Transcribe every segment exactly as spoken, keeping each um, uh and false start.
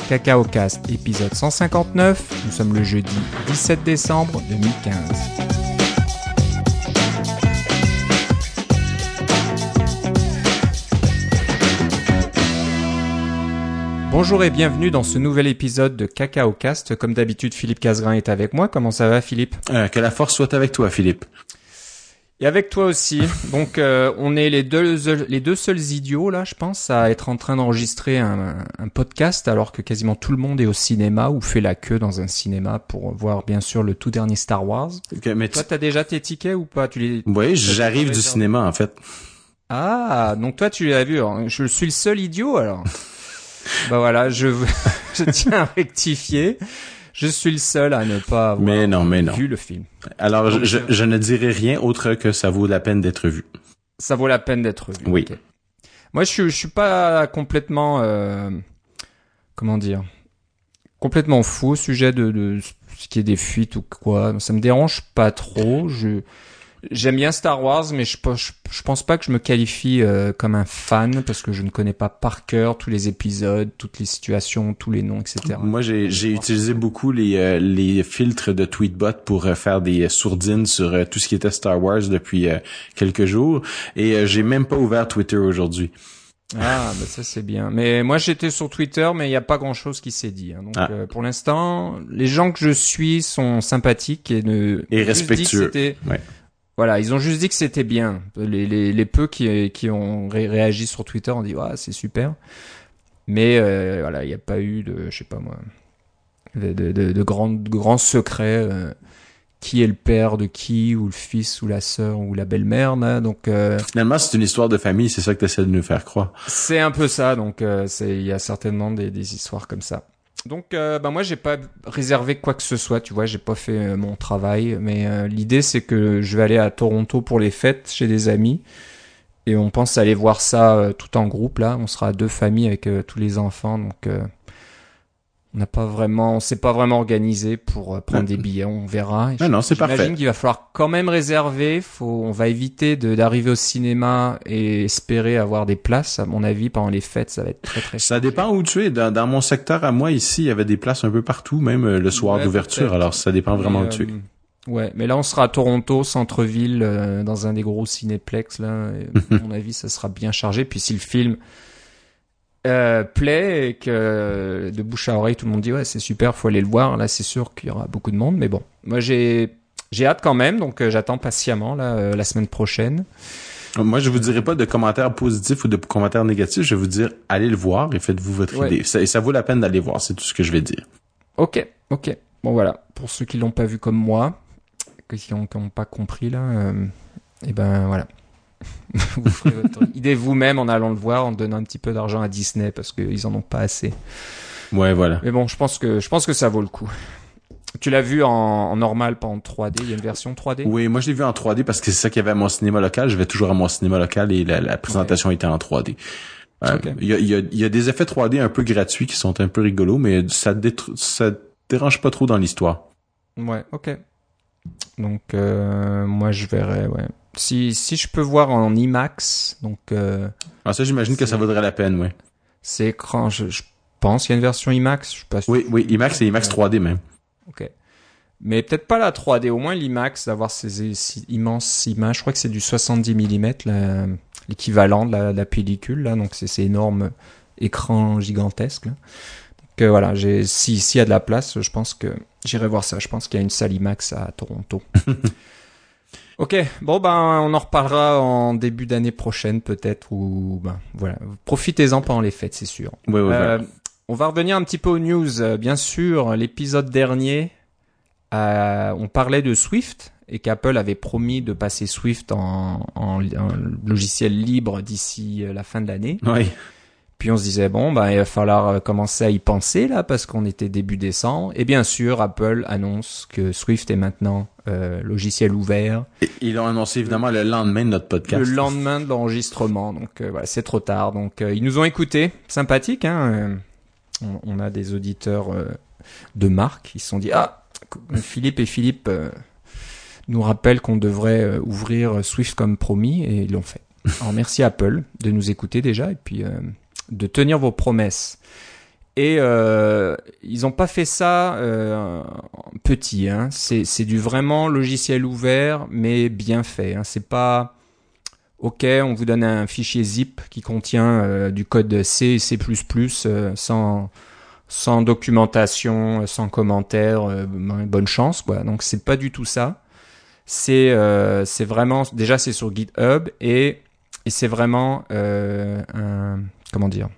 CacaoCast, épisode cent cinquante-neuf. Nous sommes le jeudi dix-sept décembre deux mille quinze. Bonjour et bienvenue dans ce nouvel épisode de CacaoCast. Comme d'habitude, Philippe Casgrain est avec moi. Comment ça va, Philippe ? euh, Que la force soit avec toi, Philippe. Et avec toi aussi. Donc, euh, on est les deux, les deux seuls idiots, là, je pense, à être en train d'enregistrer un, un podcast alors que quasiment tout le monde est au cinéma ou fait la queue dans un cinéma pour voir, bien sûr, le tout dernier Star Wars. Okay, mais toi, tu... t'as déjà tes tickets ou pas ? Tu les... Oui, j'arrive du cinéma, en fait. Ah, donc toi, tu l'as vu. Je suis le seul idiot, alors. Bah voilà, je, je tiens à rectifier. Je suis le seul à ne pas avoir mais non, mais non. vu le film. Alors, Donc, je, je, je ne dirai rien autre que ça vaut la peine d'être vu. Ça vaut la peine d'être vu. Oui. Okay. Moi, je suis, je suis pas complètement, euh, comment dire, complètement fou au sujet de, de ce qui est des fuites ou quoi. Ça me dérange pas trop. Je J'aime bien Star Wars, mais je, je, je pense pas que je me qualifie euh, comme un fan parce que je ne connais pas par cœur tous les épisodes, toutes les situations, tous les noms, et cetera. Moi, j'ai, j'ai utilisé beaucoup les, euh, les filtres de Tweetbot pour euh, faire des sourdines sur euh, tout ce qui était Star Wars depuis euh, quelques jours, et euh, j'ai même pas ouvert Twitter aujourd'hui. Ah, bah ça c'est bien. Mais moi j'étais sur Twitter, mais il y a pas grand-chose qui s'est dit. Hein. Donc ah. euh, pour l'instant, les gens que je suis sont sympathiques et ne et respectueux. Ouais. Voilà, ils ont juste dit que c'était bien. Les, les, les peu qui, qui ont ré- réagi sur Twitter ont dit ouais, c'est super. Mais euh, voilà, il n'y a pas eu de, je sais pas moi, de, de, de, de grands, de grands secrets. Euh, qui est le père de qui, ou le fils, ou la sœur, ou la belle-mère, là. Donc euh, finalement, c'est une histoire de famille. C'est ça que tu essaies de nous faire croire. C'est un peu ça. Donc euh, c'est, il y a certainement des, des histoires comme ça. Donc, euh, bah moi, j'ai pas réservé quoi que ce soit, tu vois, j'ai pas fait euh, mon travail, mais euh, l'idée, c'est que je vais aller à Toronto pour les fêtes chez des amis, et on pense aller voir ça euh, tout en groupe, là, on sera deux familles avec euh, tous les enfants, donc euh, on n'a pas vraiment, on s'est pas vraiment organisé pour euh, prendre ouais. des billets, on verra. Non, non, c'est parfait. J'imagine qu'il va falloir quand même réserver, faut, on va éviter de, d'arriver au cinéma et espérer avoir des places. À mon avis, pendant les fêtes, ça va être très très. Ça chargé. Dépend où tu es. Dans, dans mon secteur à moi ici, il y avait des places un peu partout, même le soir ouais, d'ouverture. Peut-être. Alors ça dépend vraiment mais, où tu es. Euh, ouais, mais là on sera à Toronto, centre-ville, euh, dans un des gros cinéplex là. Et, à mon avis, ça sera bien chargé. Puis si le film Euh, plaît et que de bouche à oreille tout le monde dit ouais c'est super, faut aller le voir, là c'est sûr qu'il y aura beaucoup de monde, mais bon, moi j'ai j'ai hâte quand même, donc euh, j'attends patiemment là euh, la semaine prochaine. Moi je vous dirai pas de commentaires positifs ou de commentaires négatifs, je vais vous dire allez le voir et faites-vous votre ouais. idée, ça, et ça vaut la peine d'aller voir, c'est tout ce que je vais dire. Ok, ok, bon voilà, pour ceux qui l'ont pas vu comme moi, qui ont, qui ont pas compris là, euh, et ben voilà. Vous ferez votre idée vous-même en allant le voir, en donnant un petit peu d'argent à Disney parce qu'ils en ont pas assez. Ouais, voilà. Mais bon, je pense que je pense que ça vaut le coup. Tu l'as vu en, en normal, pas en trois D. Il y a une version trois D. Oui, moi je l'ai vu en trois D parce que c'est ça qu'il y avait à mon cinéma local. Je vais toujours à mon cinéma local et la, la présentation ouais. était en trois D. Euh, okay. Il y a, il y a, il y a des effets trois D un peu gratuits qui sont un peu rigolos, mais ça détru- ça dérange pas trop dans l'histoire. Ouais, ok. Donc euh, moi je verrai, ouais. Si si je peux voir en IMAX, donc. Euh, ah ça j'imagine que ça vaudrait la peine, ouais. C'est écran, je, je pense qu'il y a une version IMAX, je suis pas sûr. Oui oui, IMAX et IMAX trois D même. Ok. Mais peut-être pas la trois D, au moins l'IMAX, d'avoir ces, ces immenses images. Je crois que c'est du soixante-dix millimètres, la, l'équivalent de la, de la pellicule là, donc c'est ces énormes écrans gigantesques. Là. Donc euh, voilà, j'ai si s'il y a de la place, je pense que j'irai voir ça. Je pense qu'il y a une salle IMAX à Toronto. Ok, bon ben on en reparlera en début d'année prochaine peut-être, ou ben voilà, profitez-en pendant les fêtes, c'est sûr. Oui, oui, euh, oui. On va revenir un petit peu aux news. Bien sûr, l'épisode dernier, euh, on parlait de Swift et qu'Apple avait promis de passer Swift en, en, en logiciel libre d'ici la fin de l'année. Oui. Puis on se disait bon ben il va falloir commencer à y penser là parce qu'on était début décembre, et bien sûr Apple annonce que Swift est maintenant euh, logiciel ouvert. Et ils l'ont annoncé évidemment le lendemain de notre podcast. Le lendemain de l'enregistrement, donc euh, voilà, c'est trop tard. Donc euh, ils nous ont écoutés, sympathique hein. Euh, on, on a des auditeurs euh, de marque, ils se sont dit ah Philippe et Philippe euh, nous rappellent qu'on devrait euh, ouvrir Swift comme promis, et ils l'ont fait. Alors merci Apple de nous écouter déjà, et puis euh, de tenir vos promesses. Et euh, ils ont pas fait ça euh, petit. Hein. C'est, c'est du vraiment logiciel ouvert, mais bien fait. Hein. C'est pas OK, on vous donne un fichier zip qui contient euh, du code C et C++ euh, sans sans documentation, sans commentaire. Euh, bonne chance, quoi. Donc c'est pas du tout ça. C'est euh, c'est vraiment déjà c'est sur GitHub et et c'est vraiment euh, un comment dire.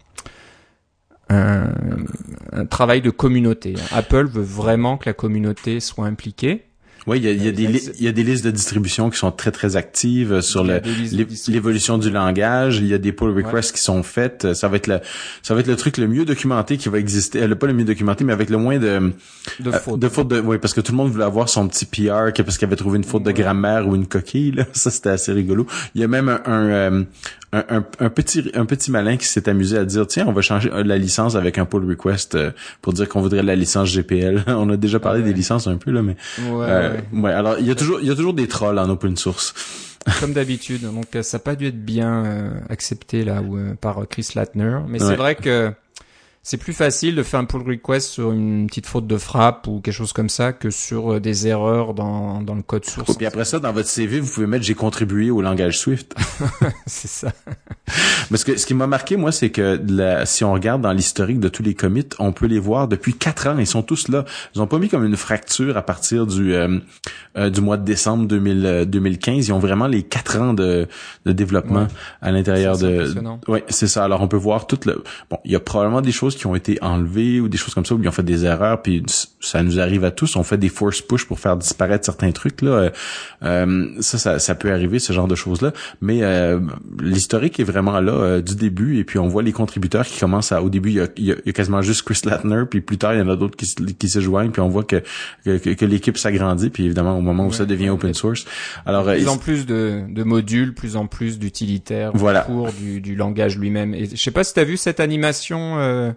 Un, un travail de communauté. Apple veut vraiment que la communauté soit impliquée. Oui, il y a, il y a des li- il y a des listes de distribution qui sont très très actives sur le, l'évolution du langage. Il y a des pull requests ouais. qui sont faites. Ça va être le ça va être le truc le mieux documenté qui va exister. Le pas le mieux documenté, mais avec le moins de de fautes. De fautes de oui, parce que tout le monde voulait avoir son petit P R parce qu'il avait trouvé une faute ouais. de grammaire ou une coquille. Là. Ça c'était assez rigolo. Il y a même un, un Un, un, un petit un petit malin qui s'est amusé à dire tiens on va changer la licence avec un pull request euh, pour dire qu'on voudrait la licence G P L. On a déjà parlé ouais. des licences un peu là mais ouais, euh, ouais. ouais alors il y a toujours il y a toujours des trolls en open source comme d'habitude. Donc ça n'a pas dû être bien euh, accepté là ou euh, par Chris Latner, mais ouais. c'est vrai que c'est plus facile de faire un pull request sur une petite faute de frappe ou quelque chose comme ça que sur des erreurs dans dans le code source. Et puis après ça, dans votre C V, vous pouvez mettre j'ai contribué au langage Swift. C'est ça. Mais ce que ce qui m'a marqué moi, c'est que la, si on regarde dans l'historique de tous les commits, on peut les voir depuis quatre ans. Ils sont tous là. Ils ont pas mis comme une fracture à partir du euh, euh, du mois de décembre deux mille, euh, deux mille quinze. Ils ont vraiment les quatre ans de de développement ouais. à l'intérieur c'est de. Ouais, c'est ça. Alors on peut voir tout le. Bon, il y a probablement des choses qui ont été enlevées ou des choses comme ça où ils ont fait des erreurs. Puis ça nous arrive à tous. On fait des force push pour faire disparaître certains trucs là. Euh, ça, ça, ça peut arriver ce genre de choses là. Mais euh, l'historique est vraiment là euh, du début. Et puis on voit les contributeurs qui commencent à. Au début, il y a, il y a, il y a quasiment juste Chris Latner. Puis plus tard, il y en a d'autres qui, qui se joignent. Puis on voit que que, que l'équipe s'agrandit. Puis évidemment, au moment où ouais, ça devient ouais, open source. Alors plus en plus de, de modules, plus en plus d'utilitaires voilà. autour du, du langage lui-même. Et je sais pas si t'as vu cette animation. Euh...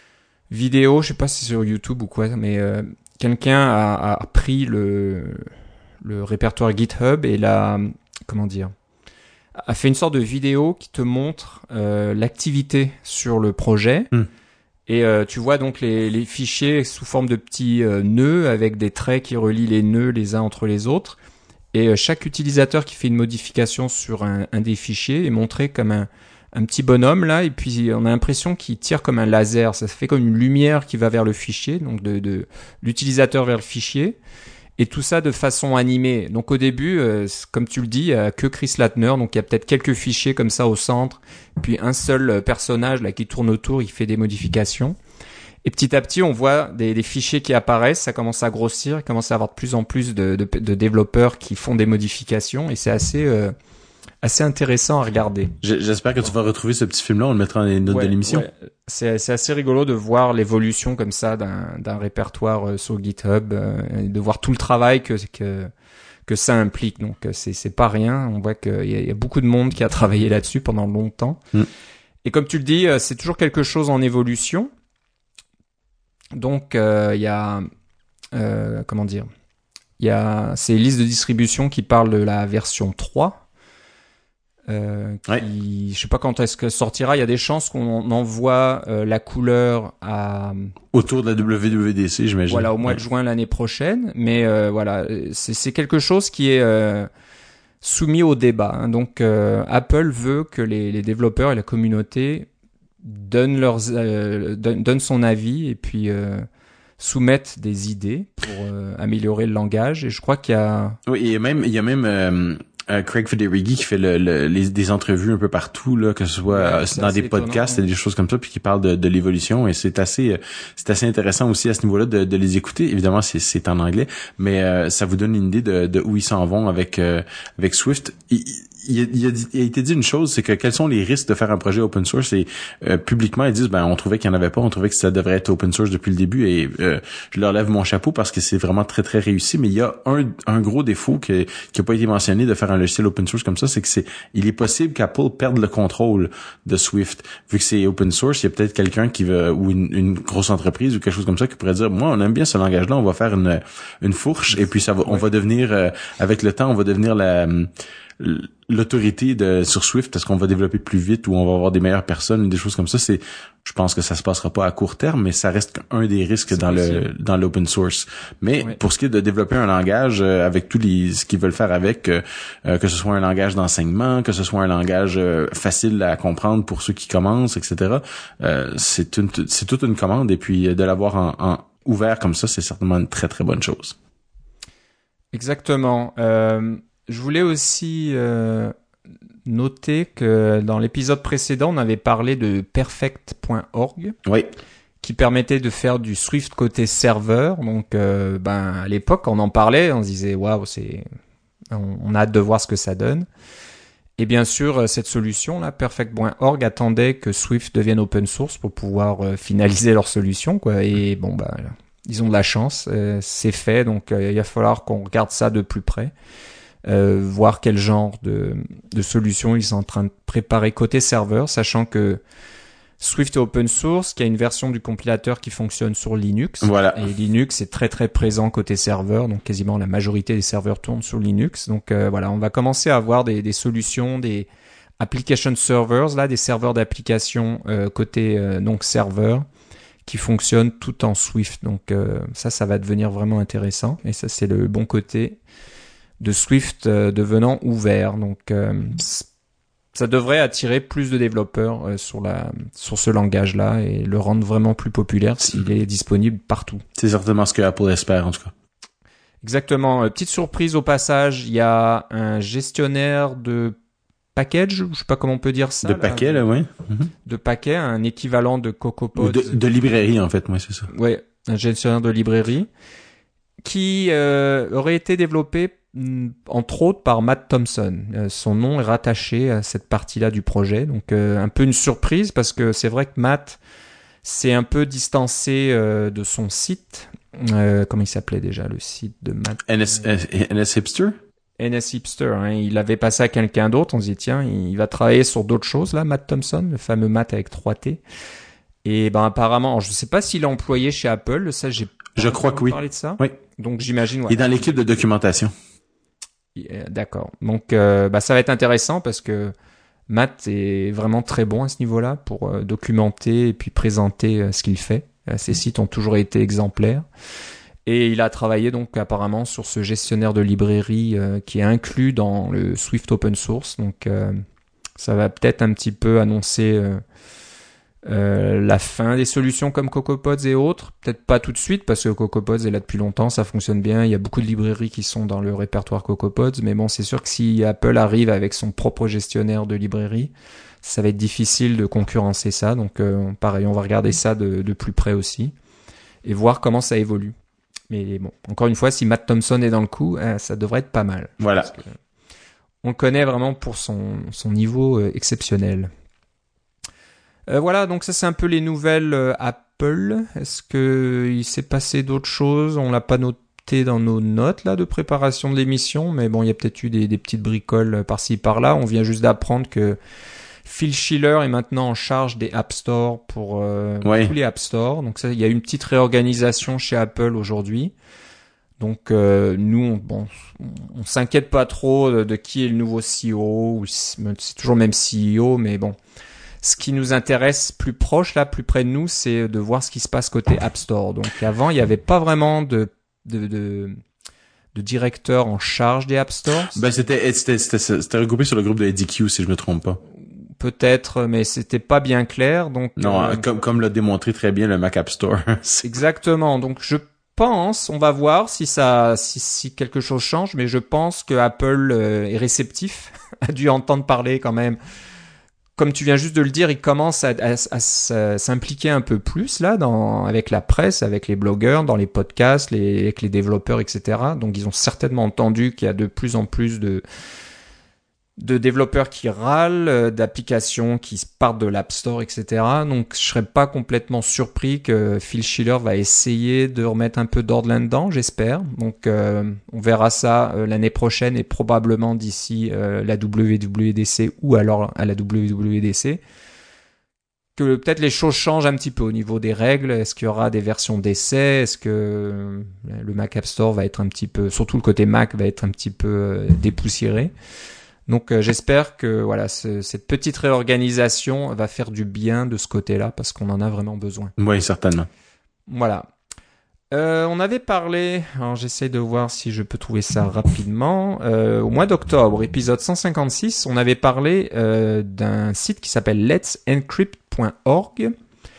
vidéo, je sais pas si c'est sur YouTube ou quoi, mais euh, quelqu'un a, a pris le le répertoire GitHub et l'a comment dire a fait une sorte de vidéo qui te montre euh, l'activité sur le projet mm. et euh, tu vois donc les les fichiers sous forme de petits euh, nœuds avec des traits qui relient les nœuds les uns entre les autres et euh, chaque utilisateur qui fait une modification sur un, un des fichiers est montré comme un un petit bonhomme là et puis on a l'impression qu'il tire comme un laser, ça fait comme une lumière qui va vers le fichier, donc de, de l'utilisateur vers le fichier et tout ça de façon animée. Donc au début, euh, comme tu le dis, il y a que Chris Latner, donc il y a peut-être quelques fichiers comme ça au centre, puis un seul personnage là qui tourne autour, il fait des modifications. Et petit à petit, on voit des, des fichiers qui apparaissent, ça commence à grossir, il commence à avoir de plus en plus de, de, de développeurs qui font des modifications et c'est assez euh, assez intéressant à regarder. J'espère que tu vas retrouver ce petit film-là, on le mettra dans les notes ouais, de l'émission. Ouais. C'est, c'est assez rigolo de voir l'évolution comme ça d'un, d'un répertoire euh, sur GitHub, euh, et de voir tout le travail que que que ça implique. Donc c'est c'est pas rien. On voit qu'il y a, il y a beaucoup de monde qui a travaillé là-dessus pendant longtemps. Mm. Et comme tu le dis, c'est toujours quelque chose en évolution. Donc euh, il y a euh, comment dire, il y a ces listes de distribution qui parlent de la version trois. Euh, qui, ouais. Je sais pas quand est-ce que sortira. Il y a des chances qu'on envoie euh, la couleur à autour de la W W D C, j'imagine. Voilà, au mois ouais. de juin l'année prochaine. Mais euh, voilà, c'est, c'est quelque chose qui est euh, soumis au débat. Hein. Donc euh, Apple veut que les, les développeurs et la communauté donnent leurs euh, donnent, donnent son avis et puis euh, soumettent des idées pour euh, améliorer le langage. Et je crois qu'il y a oui, il y a même il y a même euh... Euh, Craig Federighi qui fait le, le, les, des entrevues un peu partout là, que ce soit ouais, euh, dans des podcasts étonnant, ouais. et des choses comme ça, puis qui parle de, de l'évolution et c'est assez c'est assez intéressant aussi à ce niveau-là de, de les écouter. Évidemment, c'est, c'est en anglais, mais euh, ça vous donne une idée de, de où ils s'en vont avec euh, avec Swift. Il, il, il, a, il a été dit une chose, c'est que quels sont les risques de faire un projet open source et euh, publiquement ils disent ben on trouvait qu'il n'y en avait pas, on trouvait que ça devrait être open source depuis le début et euh, je leur lève mon chapeau parce que c'est vraiment très très réussi. Mais il y a un un gros défaut qui qui a pas été mentionné de faire un logiciel open source comme ça, c'est que c'est il est possible qu'Apple perde le contrôle de Swift vu que c'est open source. Il y a peut-être quelqu'un qui veut ou une, une grosse entreprise ou quelque chose comme ça qui pourrait dire moi on aime bien ce langage-là, on va faire une une fourche et puis ça va on va devenir euh, avec le temps on va devenir la l'autorité de sur Swift, est-ce qu'on va développer plus vite ou on va avoir des meilleures personnes, des choses comme ça, c'est, je pense que ça se passera pas à court terme, mais ça reste un des risques c'est dans possible. le dans l'open source. Mais oui. Pour ce qui est de développer un langage euh, avec tous les ce qu'ils veulent faire avec, euh, euh, que ce soit un langage d'enseignement, que ce soit un langage euh, facile à comprendre pour ceux qui commencent, et cetera. Euh, c'est une c'est toute une commande et puis de l'avoir en, en ouvert comme ça, c'est certainement une très très bonne chose. Exactement. Euh, je voulais aussi euh, noter que dans l'épisode précédent, on avait parlé de perfect point org. Oui. Qui permettait de faire du Swift côté serveur. Donc, euh, ben, à l'époque, on en parlait, on se disait, waouh, c'est, on, on a hâte de voir ce que ça donne. Et bien sûr, cette solution-là, perfect point org, attendait que Swift devienne open source pour pouvoir euh, finaliser leur solution, quoi. Et bon, bah, ils ont de la chance, euh, c'est fait, donc euh, il va falloir qu'on regarde ça de plus près, euh, voir quel genre de, de solution ils sont en train de préparer côté serveur, sachant que Swift est open source, qu'il y a une version du compilateur qui fonctionne sur Linux. Voilà. Et Linux est très très présent côté serveur, donc quasiment la majorité des serveurs tournent sur Linux. Donc euh, voilà, on va commencer à avoir des, des solutions, des application servers, là, des serveurs d'application euh, côté euh, donc serveur qui fonctionnent tout en Swift. Donc euh, ça, ça va devenir vraiment intéressant. Et ça, c'est le bon côté de Swift euh, devenant ouvert. Donc euh, ça devrait attirer plus de développeurs euh, sur la sur ce langage-là et le rendre vraiment plus populaire s'il est disponible partout. C'est certainement ce que Apple espère en tout cas. Exactement. Euh, petite surprise au passage, il y a un gestionnaire de package, je sais pas comment on peut dire ça. De paquets là, oui. Mm-hmm. De paquets, un équivalent de CocoaPods. De, de librairie en fait, moi c'est ça. Ouais, un gestionnaire de librairie qui euh, aurait été développé entre autres par Matt Thompson. Euh, son nom est rattaché à cette partie-là du projet. Donc euh, un peu une surprise parce que c'est vrai que Matt s'est un peu distancé euh, de son site. Euh, comment il s'appelait déjà le site de Matt? N S, N S Hipster? N S Hipster. Hein. Il avait passé à quelqu'un d'autre. On se dit tiens, il va travailler sur d'autres choses là, Matt Thompson, le fameux Matt avec trois T. Et ben apparemment, je sais pas s'il est employé chez Apple. Ça, j'ai. Je crois que oui. Parlé de ça. Oui. Donc j'imagine. Ouais. Il est dans l'équipe de documentation. D'accord. Donc, euh, bah, ça va être intéressant parce que Matt est vraiment très bon à ce niveau-là pour euh, documenter et puis présenter euh, ce qu'il fait. Euh, ses sites ont toujours été exemplaires. Et il a travaillé donc apparemment sur ce gestionnaire de librairie euh, qui est inclus dans le Swift Open Source. Donc, euh, ça va peut-être un petit peu annoncer euh, Euh, la fin des solutions comme CocoaPods et autres, peut-être pas tout de suite parce que CocoaPods est là depuis longtemps, ça fonctionne bien, il y a beaucoup de librairies qui sont dans le répertoire CocoaPods, mais bon, c'est sûr que si Apple arrive avec son propre gestionnaire de librairie, ça va être difficile de concurrencer ça, donc euh, pareil, on va regarder ça de, de plus près aussi et voir comment ça évolue. Mais bon, encore une fois, si Matt Thompson est dans le coup, euh, ça devrait être pas mal. Voilà. Parce que on le connaît vraiment pour son, son niveau euh, exceptionnel. Euh, voilà, donc ça c'est un peu les nouvelles euh, Apple. Est-ce que il s'est passé d'autres choses? On l'a pas noté dans nos notes là de préparation de l'émission, mais bon, il y a peut-être eu des, des petites bricoles par-ci par-là. On vient juste d'apprendre que Phil Schiller est maintenant en charge des App Store pour euh, ouais. tous les App Store. Donc ça, il y a eu une petite réorganisation chez Apple aujourd'hui. Donc euh, nous, on, bon, on, on s'inquiète pas trop de, de qui est le nouveau C E O. Ou c'est toujours le même C E O, mais bon. Ce qui nous intéresse plus proche, là, plus près de nous, c'est de voir ce qui se passe côté App Store. Donc avant, il n'y avait pas vraiment de, de, de, de directeur en charge des App Stores. Ben c'était, c'était, c'était, c'était regroupé sur le groupe de E D Q, si je me trompe pas. Peut-être, mais c'était pas bien clair. Donc non, euh, comme comme l'a démontré très bien le Mac App Store. Exactement. Donc je pense, on va voir si ça, si, si quelque chose change, mais je pense que Apple euh, est réceptif, a dû entendre parler quand même. Comme tu viens juste de le dire, il commence à, à, à, à s'impliquer un peu plus là, dans, avec la presse, avec les blogueurs, dans les podcasts, les, avec les développeurs, et cetera. Donc ils ont certainement entendu qu'il y a de plus en plus de, de développeurs qui râlent, d'applications qui partent de l'App Store, et cetera. Donc je serais pas complètement surpris que Phil Schiller va essayer de remettre un peu d'ordre là-dedans, j'espère. Donc euh, on verra ça euh, l'année prochaine et probablement d'ici euh, la W W D C ou alors à la W W D C. Que peut-être les choses changent un petit peu au niveau des règles. Est-ce qu'il y aura des versions d'essai? Est-ce que le Mac App Store va être un petit peu, surtout le côté Mac, va être un petit peu euh, dépoussiéré? Donc euh, j'espère que voilà ce, cette petite réorganisation va faire du bien de ce côté-là parce qu'on en a vraiment besoin. Oui, certainement. Voilà. Euh, on avait parlé, alors j'essaie de voir si je peux trouver ça rapidement, euh, au mois d'octobre, épisode cent cinquante-six, on avait parlé euh, d'un site qui s'appelle let's encrypt point org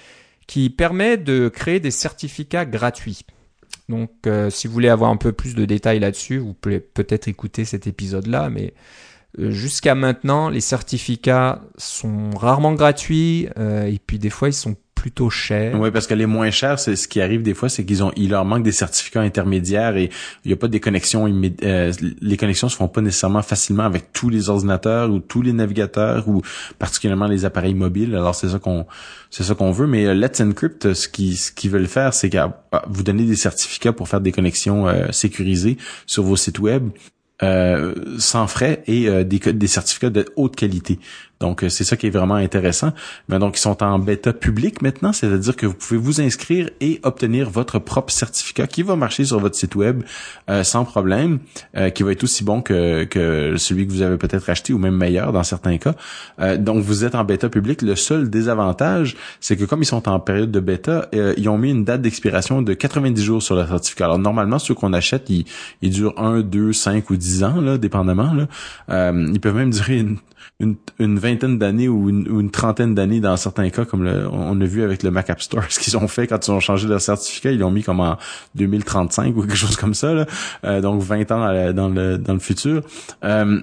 qui permet de créer des certificats gratuits. Donc euh, si vous voulez avoir un peu plus de détails là-dessus, vous pouvez peut-être écouter cet épisode-là, mais euh, jusqu'à maintenant, les certificats sont rarement gratuits euh, et puis des fois ils sont plutôt cher. Oui, parce que les moins chers, c'est ce qui arrive des fois, c'est qu'ils ont, il leur manque des certificats intermédiaires et il n'y a pas des connexions immé- euh, les connexions se font pas nécessairement facilement avec tous les ordinateurs ou tous les navigateurs ou particulièrement les appareils mobiles. Alors c'est ça qu'on, c'est ça qu'on veut. Mais euh, Let's Encrypt, ce qu'ils, ce qu'ils veulent faire, c'est que vous donner des certificats pour faire des connexions euh, sécurisées sur vos sites web. Euh, sans frais et euh, des, des certificats de haute qualité. Donc, euh, c'est ça qui est vraiment intéressant. Mais donc, ils sont en bêta public maintenant, c'est-à-dire que vous pouvez vous inscrire et obtenir votre propre certificat qui va marcher sur votre site web euh, sans problème, euh, qui va être aussi bon que, que celui que vous avez peut-être acheté ou même meilleur dans certains cas. Euh, donc, vous êtes en bêta public. Le seul désavantage, c'est que comme ils sont en période de bêta, euh, ils ont mis une date d'expiration de quatre-vingt-dix jours sur le certificat. Alors, normalement, ceux qu'on achète, ils, ils durent un, deux, cinq ou dix ans, là, dépendamment. Là. Euh, ils peuvent même durer une, une, une vingtaine d'années ou une, ou une trentaine d'années dans certains cas, comme le, on a vu avec le Mac App Store, ce qu'ils ont fait quand ils ont changé leur certificat, ils l'ont mis comme en deux mille trente-cinq ou quelque chose comme ça, là. Euh, donc vingt ans à la, dans le dans le futur. Euh,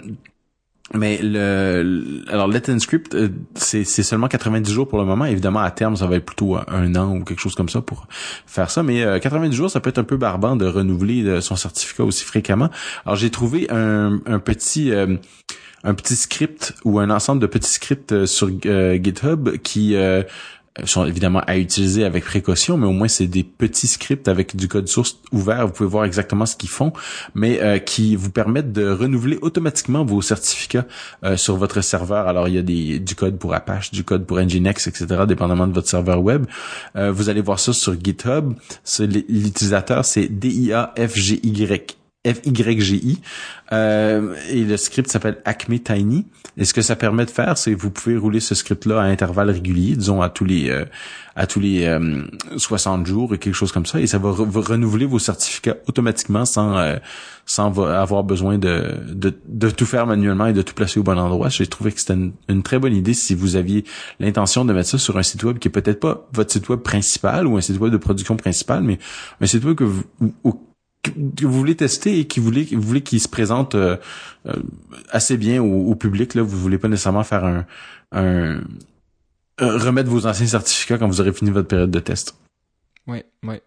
Mais le, le alors Let's Encrypt, euh, c'est c'est seulement quatre-vingt-dix jours pour le moment. Évidemment, à terme, ça va être plutôt un an ou quelque chose comme ça pour faire ça. Mais euh, quatre-vingt-dix jours, ça peut être un peu barbant de renouveler euh, son certificat aussi fréquemment. Alors j'ai trouvé un un petit euh, un petit script ou un ensemble de petits scripts euh, sur euh, GitHub qui euh, sont évidemment à utiliser avec précaution, mais au moins c'est des petits scripts avec du code source ouvert. Vous pouvez voir exactement ce qu'ils font, mais euh, qui vous permettent de renouveler automatiquement vos certificats euh, sur votre serveur. Alors il y a des du code pour Apache, du code pour Nginx, et cetera, dépendamment de votre serveur web. Euh, vous allez voir ça sur GitHub. C'est, l'utilisateur, c'est D I A F G Y. F Y G I euh, et le script s'appelle Acme Tiny. Et ce que ça permet de faire, c'est que vous pouvez rouler ce script-là à intervalles réguliers, disons à tous les euh, à tous les euh, soixante jours et quelque chose comme ça, et ça va re- renouveler vos certificats automatiquement sans euh, sans avoir besoin de, de de tout faire manuellement et de tout placer au bon endroit. J'ai trouvé que c'était une, une très bonne idée si vous aviez l'intention de mettre ça sur un site web qui est peut-être pas votre site web principal ou un site web de production principal, mais un site web que vous ou, que vous voulez tester et qui voulez, vous voulez qu'il se présente euh, euh, assez bien au, au public. Là, vous voulez pas nécessairement faire un, un, un remettre vos anciens certificats quand vous aurez fini votre période de test. Ouais, ouais,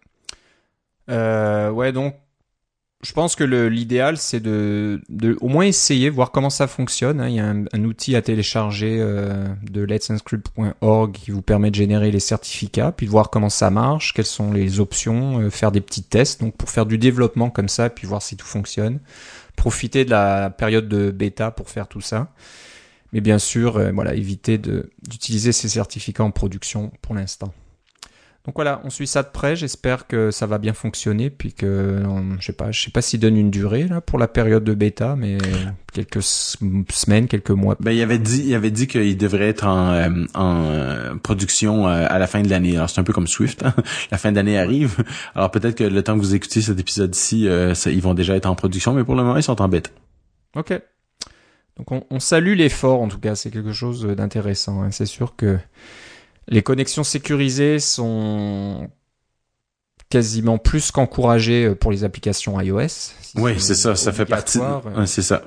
euh, ouais. Donc, je pense que le, l'idéal, c'est de, de au moins essayer, voir comment ça fonctionne. Hein. Il y a un, un outil à télécharger euh, de let's encrypt point org qui vous permet de générer les certificats, puis de voir comment ça marche, quelles sont les options, euh, faire des petits tests, donc pour faire du développement comme ça, puis voir si tout fonctionne. Profiter de la période de bêta pour faire tout ça. Mais bien sûr, euh, voilà, éviter de, d'utiliser ces certificats en production pour l'instant. Donc voilà, on suit ça de près. J'espère que ça va bien fonctionner, puis que je sais pas, je sais pas s'il donne une durée là pour la période de bêta, mais quelques semaines, quelques mois. Ben il avait dit, il avait dit qu'il devrait être en, euh, en euh, production euh, à la fin de l'année. Alors c'est un peu comme Swift, hein? La fin d'année arrive. Alors peut-être que le temps que vous écoutez cet épisode-ci, euh, ça, ils vont déjà être en production, mais pour le moment ils sont en bêta. Ok. Donc on, on salue l'effort en tout cas, c'est quelque chose d'intéressant. Hein. C'est sûr que les connexions sécurisées sont quasiment plus qu'encouragées pour les applications iOS. Si oui, c'est ça, ça fait partie. Ouais, c'est ça.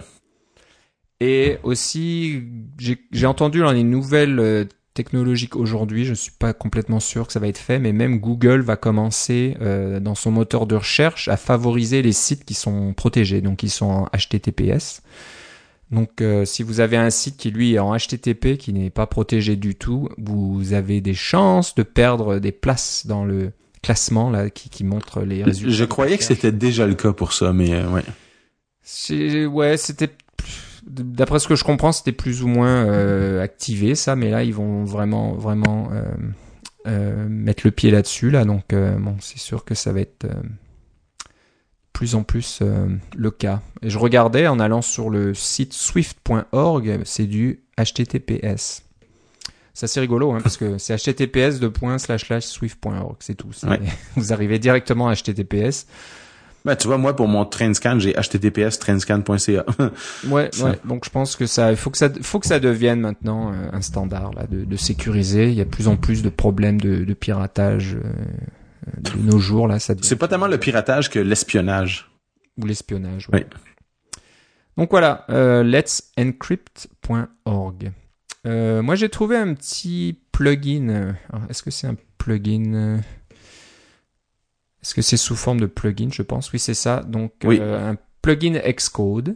Et aussi, j'ai, j'ai entendu dans les nouvelles technologiques aujourd'hui, je ne suis pas complètement sûr que ça va être fait, mais même Google va commencer euh, dans son moteur de recherche à favoriser les sites qui sont protégés, donc qui sont en H T T P S. Donc, euh, si vous avez un site qui, lui, est en H T T P, qui n'est pas protégé du tout, vous avez des chances de perdre des places dans le classement là, qui, qui montre les résultats. Je croyais que c'était déjà le cas pour ça, mais euh, ouais. C'est, ouais, c'était... D'après ce que je comprends, c'était plus ou moins euh, activé, ça, mais là, ils vont vraiment, vraiment euh, euh, mettre le pied là-dessus, là. Donc, euh, bon, c'est sûr que ça va être... Euh, plus en plus euh, le cas. Et je regardais en allant sur le site swift point org, c'est du H T T P S. C'est assez rigolo, hein, parce que c'est H T T P S deux points slash slash swift point org, c'est tout. C'est... Ouais. Vous arrivez directement à H T T P S. Ben, tu vois, moi, pour mon TrainScan, j'ai H T T P S trainscan point C A. ouais, ça. ouais. Donc, je pense que ça, il faut que ça, faut que ça devienne maintenant euh, un standard, là, de, de sécuriser. Il y a de plus en plus de problèmes de, de piratage, euh, de nos jours, là, ça devient... C'est pas tellement le piratage que l'espionnage. Ou l'espionnage, ouais. Oui. Donc, voilà, euh, let's encrypt point org. Euh, moi, j'ai trouvé un petit plugin. Alors, est-ce que c'est un plugin? Est-ce que c'est sous forme de plugin? Je pense. Oui, c'est ça. Donc, oui. euh, un plugin Xcode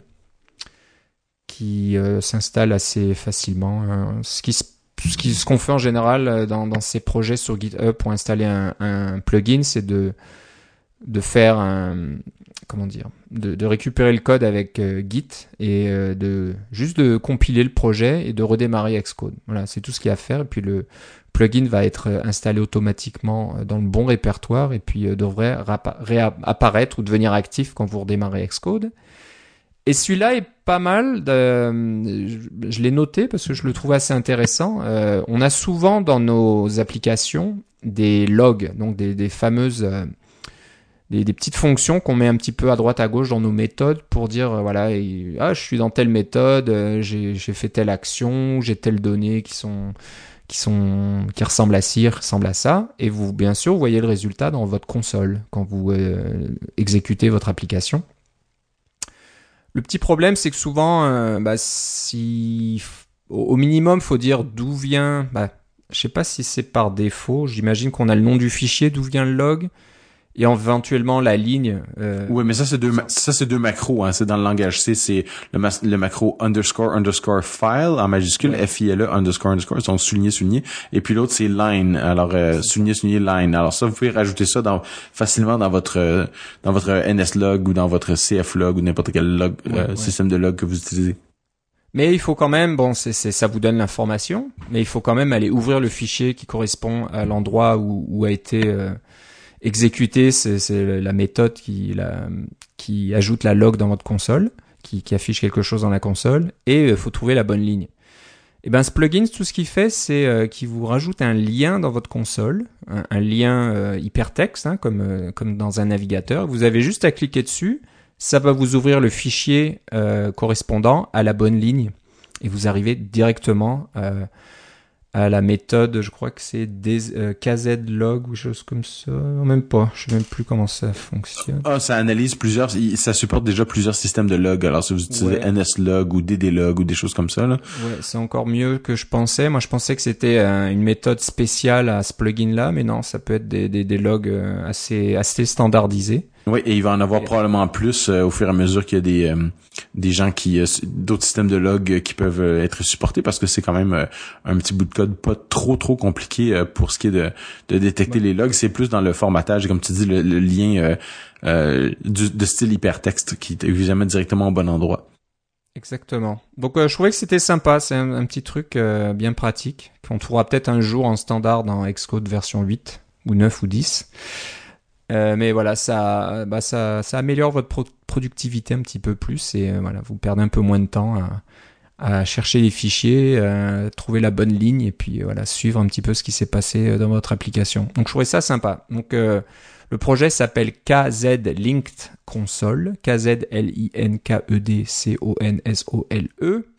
qui euh, s'installe assez facilement. Hein. Ce qui, ce qui, ce qu'on fait en général dans, dans ces projets sur GitHub pour installer un, un plugin, c'est de de faire un comment dire, de, de récupérer le code avec euh, Git et euh, de juste de compiler le projet et de redémarrer Xcode. Voilà, c'est tout ce qu'il y a à faire. Et puis le plugin va être installé automatiquement dans le bon répertoire et puis euh, devrait rapa- réapparaître ou devenir actif quand vous redémarrez Xcode. Et celui-là est pas mal. De, je, je l'ai noté parce que je le trouve assez intéressant. Euh, on a souvent dans nos applications des logs, donc des, des fameuses euh, Des, des petites fonctions qu'on met un petit peu à droite à gauche dans nos méthodes pour dire euh, voilà et, ah je suis dans telle méthode, euh, j'ai, j'ai fait telle action, j'ai telle donnée qui sont qui sont qui ressemblent à ci, ressemblent à ça, et vous bien sûr vous voyez le résultat dans votre console quand vous euh, exécutez votre application. Le petit problème c'est que souvent euh, bah, si au, au minimum faut dire d'où vient, bah je sais pas si c'est par défaut, j'imagine qu'on a le nom du fichier d'où vient le log. Et éventuellement la ligne. Euh, oui, mais ça c'est deux, ma- ça c'est deux macros. Hein. C'est dans le langage C, c'est le, mas- le macro underscore underscore file en majuscule, ouais. F I L E underscore underscore, donc souligné souligné. Et puis l'autre c'est line, alors euh, souligné souligné line. Alors ça vous pouvez rajouter ça dans facilement dans votre euh, dans votre N S log ou dans votre C F log ou n'importe quel log ouais, euh, ouais. système de log que vous utilisez. Mais il faut quand même, bon, c'est, c'est, ça vous donne l'information, mais il faut quand même aller ouvrir le fichier qui correspond à l'endroit où, où a été euh, exécuter, c'est, c'est la méthode qui, la, qui ajoute la log dans votre console, qui, qui affiche quelque chose dans la console, et il euh, faut trouver la bonne ligne. Et ben ce plugin, tout ce qu'il fait, c'est euh, qu'il vous rajoute un lien dans votre console, un, un lien euh, hypertexte, hein, comme, euh, comme dans un navigateur. Vous avez juste à cliquer dessus, ça va vous ouvrir le fichier euh, correspondant à la bonne ligne, et vous arrivez directement euh, à la méthode, je crois que c'est des, euh, kzlog ou chose comme ça, non, même pas, je sais même plus comment ça fonctionne. Ah, ça analyse plusieurs, ça supporte déjà plusieurs systèmes de log, alors si vous utilisez ouais. N S log ou D D log ou des choses comme ça, là. Ouais, c'est encore mieux que je pensais, moi je pensais que c'était euh, une méthode spéciale à ce plugin-là, mais non, ça peut être des, des, des logs euh, assez, assez standardisés. Oui, et il va en avoir et... probablement plus euh, au fur et à mesure qu'il y a des euh, des gens qui euh, d'autres systèmes de log euh, qui peuvent euh, être supportés parce que c'est quand même euh, un petit bout de code pas trop trop compliqué euh, pour ce qui est de de détecter ouais. les logs. C'est plus dans le formatage, comme tu dis, le, le lien euh, euh, du, de style hypertexte qui est évidemment directement au bon endroit. Exactement. Donc euh, je trouvais que c'était sympa, c'est un, un petit truc euh, bien pratique qu'on trouvera peut-être un jour en standard dans Xcode version huit ou neuf ou dix. Euh, mais voilà, ça, bah ça, ça améliore votre pro- productivité un petit peu plus et euh, voilà, vous perdez un peu moins de temps à, à chercher les fichiers, à trouver la bonne ligne et puis voilà, suivre un petit peu ce qui s'est passé dans votre application. Donc je trouvais ça sympa. Donc euh, le projet s'appelle K Z Linked Console, K Z L I N K E D C O N S O L E.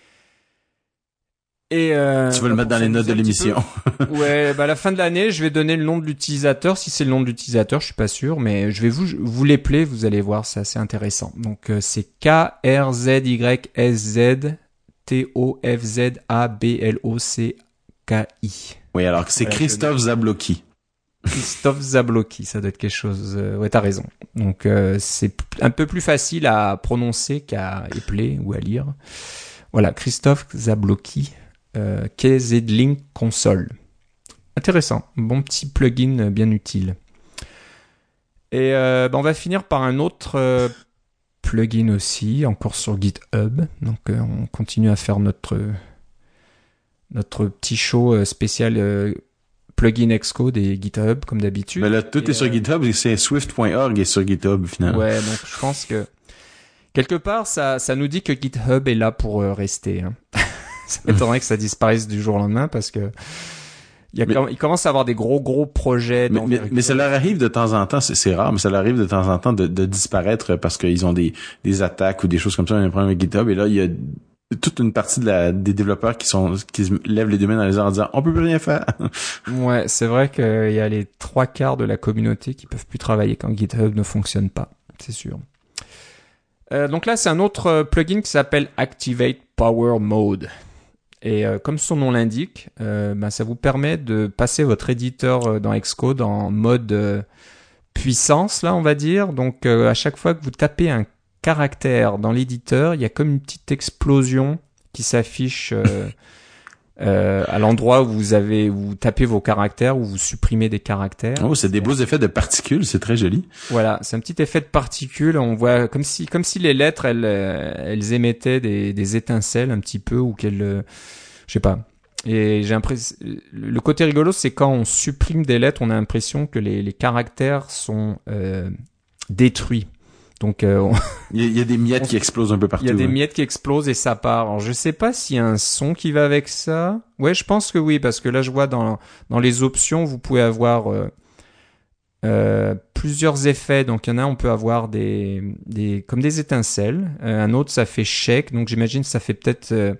Et euh, tu veux le mettre dans les notes de l'émission. Ouais, bah à la fin de l'année, je vais donner le nom de l'utilisateur. Si c'est le nom de l'utilisateur, je suis pas sûr, mais je vais vous vous l'épeler, vous allez voir, c'est assez intéressant. Donc euh, c'est K R Z Y S Z T O F Z A B L O C K I. Oui, alors c'est voilà, Christophe Zablocki. Christophe Zablocki, ça doit être quelque chose. Euh, ouais, t'as raison. Donc euh, c'est un peu plus facile à prononcer qu'à épeler ou à lire. Voilà, Christophe Zablocki. Euh, K Z Link Console. Intéressant, bon petit plugin bien utile. Et euh, bah on va finir par un autre euh, plugin aussi, encore sur GitHub. Donc euh, on continue à faire notre notre petit show spécial euh, plugin Xcode et GitHub comme d'habitude. Mais là, tout et est sur euh, GitHub, c'est swift point org est sur GitHub finalement. Ouais, donc je pense que quelque part, ça, ça nous dit que GitHub est là pour euh, rester. Hein. Ça m'étonnerait que ça disparaisse du jour au lendemain parce que il, y a mais, quand, il commence à avoir des gros gros projets. Mais, mais, mais ça leur arrive de temps en temps, c'est, c'est rare, mais ça leur arrive de temps en temps de, de disparaître parce qu'ils ont des, des attaques ou des choses comme ça, un problème avec GitHub. Et là, il y a toute une partie de la, des développeurs qui sont qui lèvent les deux mains dans les airs en disant on peut plus rien faire. Ouais, c'est vrai qu'il y a les trois quarts de la communauté qui peuvent plus travailler quand GitHub ne fonctionne pas, c'est sûr. Euh, donc là, c'est un autre plugin qui s'appelle Activate Power Mode. Et euh, comme son nom l'indique, euh, ben, ça vous permet de passer votre éditeur dans Xcode en mode euh, puissance, là, on va dire. Donc, euh, à chaque fois que vous tapez un caractère dans l'éditeur, il y a comme une petite explosion qui s'affiche euh, euh, à l'endroit où vous avez où vous tapez vos caractères, où vous supprimez des caractères. Oh, c'est des beaux effets de particules, c'est très joli. Voilà, c'est un petit effet de particules. On voit comme si comme si les lettres elles elles émettaient des des étincelles un petit peu ou qu'elles euh, je sais pas. Et j'ai l'impression le côté rigolo c'est quand on supprime des lettres, on a l'impression que les les caractères sont euh, détruits. Donc euh, on... il, y a, il y a des miettes on... qui explosent un peu partout. Il y a des hein. miettes qui explosent et ça part. Alors je sais pas s'il y a un son qui va avec ça. Ouais, je pense que oui parce que là je vois dans dans les options, vous pouvez avoir euh, euh, plusieurs effets. Donc il y en a on peut avoir des des comme des étincelles. Euh, un autre ça fait shake. Donc j'imagine ça fait peut-être euh,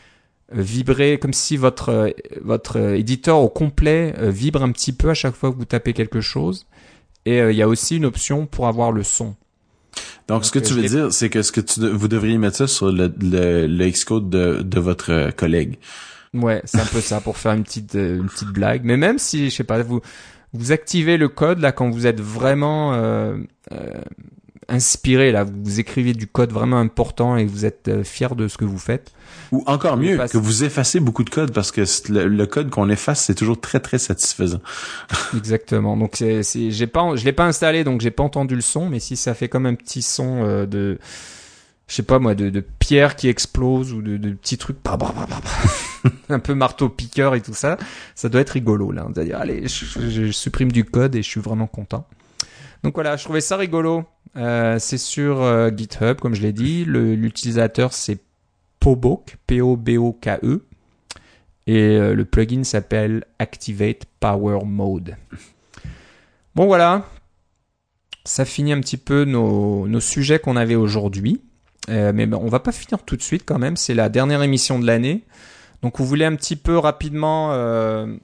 vibrer comme si votre euh, votre éditeur au complet euh, vibre un petit peu à chaque fois que vous tapez quelque chose. Et euh, il y a aussi une option pour avoir le son. Donc, Donc, ce que tu veux dire, c'est que ce que tu, vous devriez mettre ça sur le, le, le Xcode de, de votre collègue. Ouais, c'est un peu ça pour faire une petite, une petite blague. Mais même si, je sais pas, vous, vous activez le code là quand vous êtes vraiment euh, euh, inspiré là, vous écrivez du code vraiment important et vous êtes euh, fier de ce que vous faites. Ou encore mieux, que vous effacez beaucoup de code parce que le, le code qu'on efface, c'est toujours très très satisfaisant. Exactement. Donc c'est, c'est, j'ai pas, je l'ai pas installé, donc j'ai pas entendu le son, mais si ça fait comme un petit son euh, de, je sais pas moi, de, de pierre qui explose ou de, de petits trucs, bah, bah, bah, bah, un peu marteau piqueur et tout ça, ça doit être rigolo là. On va dire allez, je, je, je supprime du code et je suis vraiment content. Donc voilà, je trouvais ça rigolo. Euh, c'est sur euh, GitHub, comme je l'ai dit. Le, l'utilisateur c'est Poboke, P O B O K E, et euh, le plugin s'appelle Activate Power Mode. Bon voilà, ça finit un petit peu nos, nos sujets qu'on avait aujourd'hui, euh, mais ben, on va pas finir tout de suite quand même, c'est la dernière émission de l'année, donc on voulait un petit peu rapidement euh,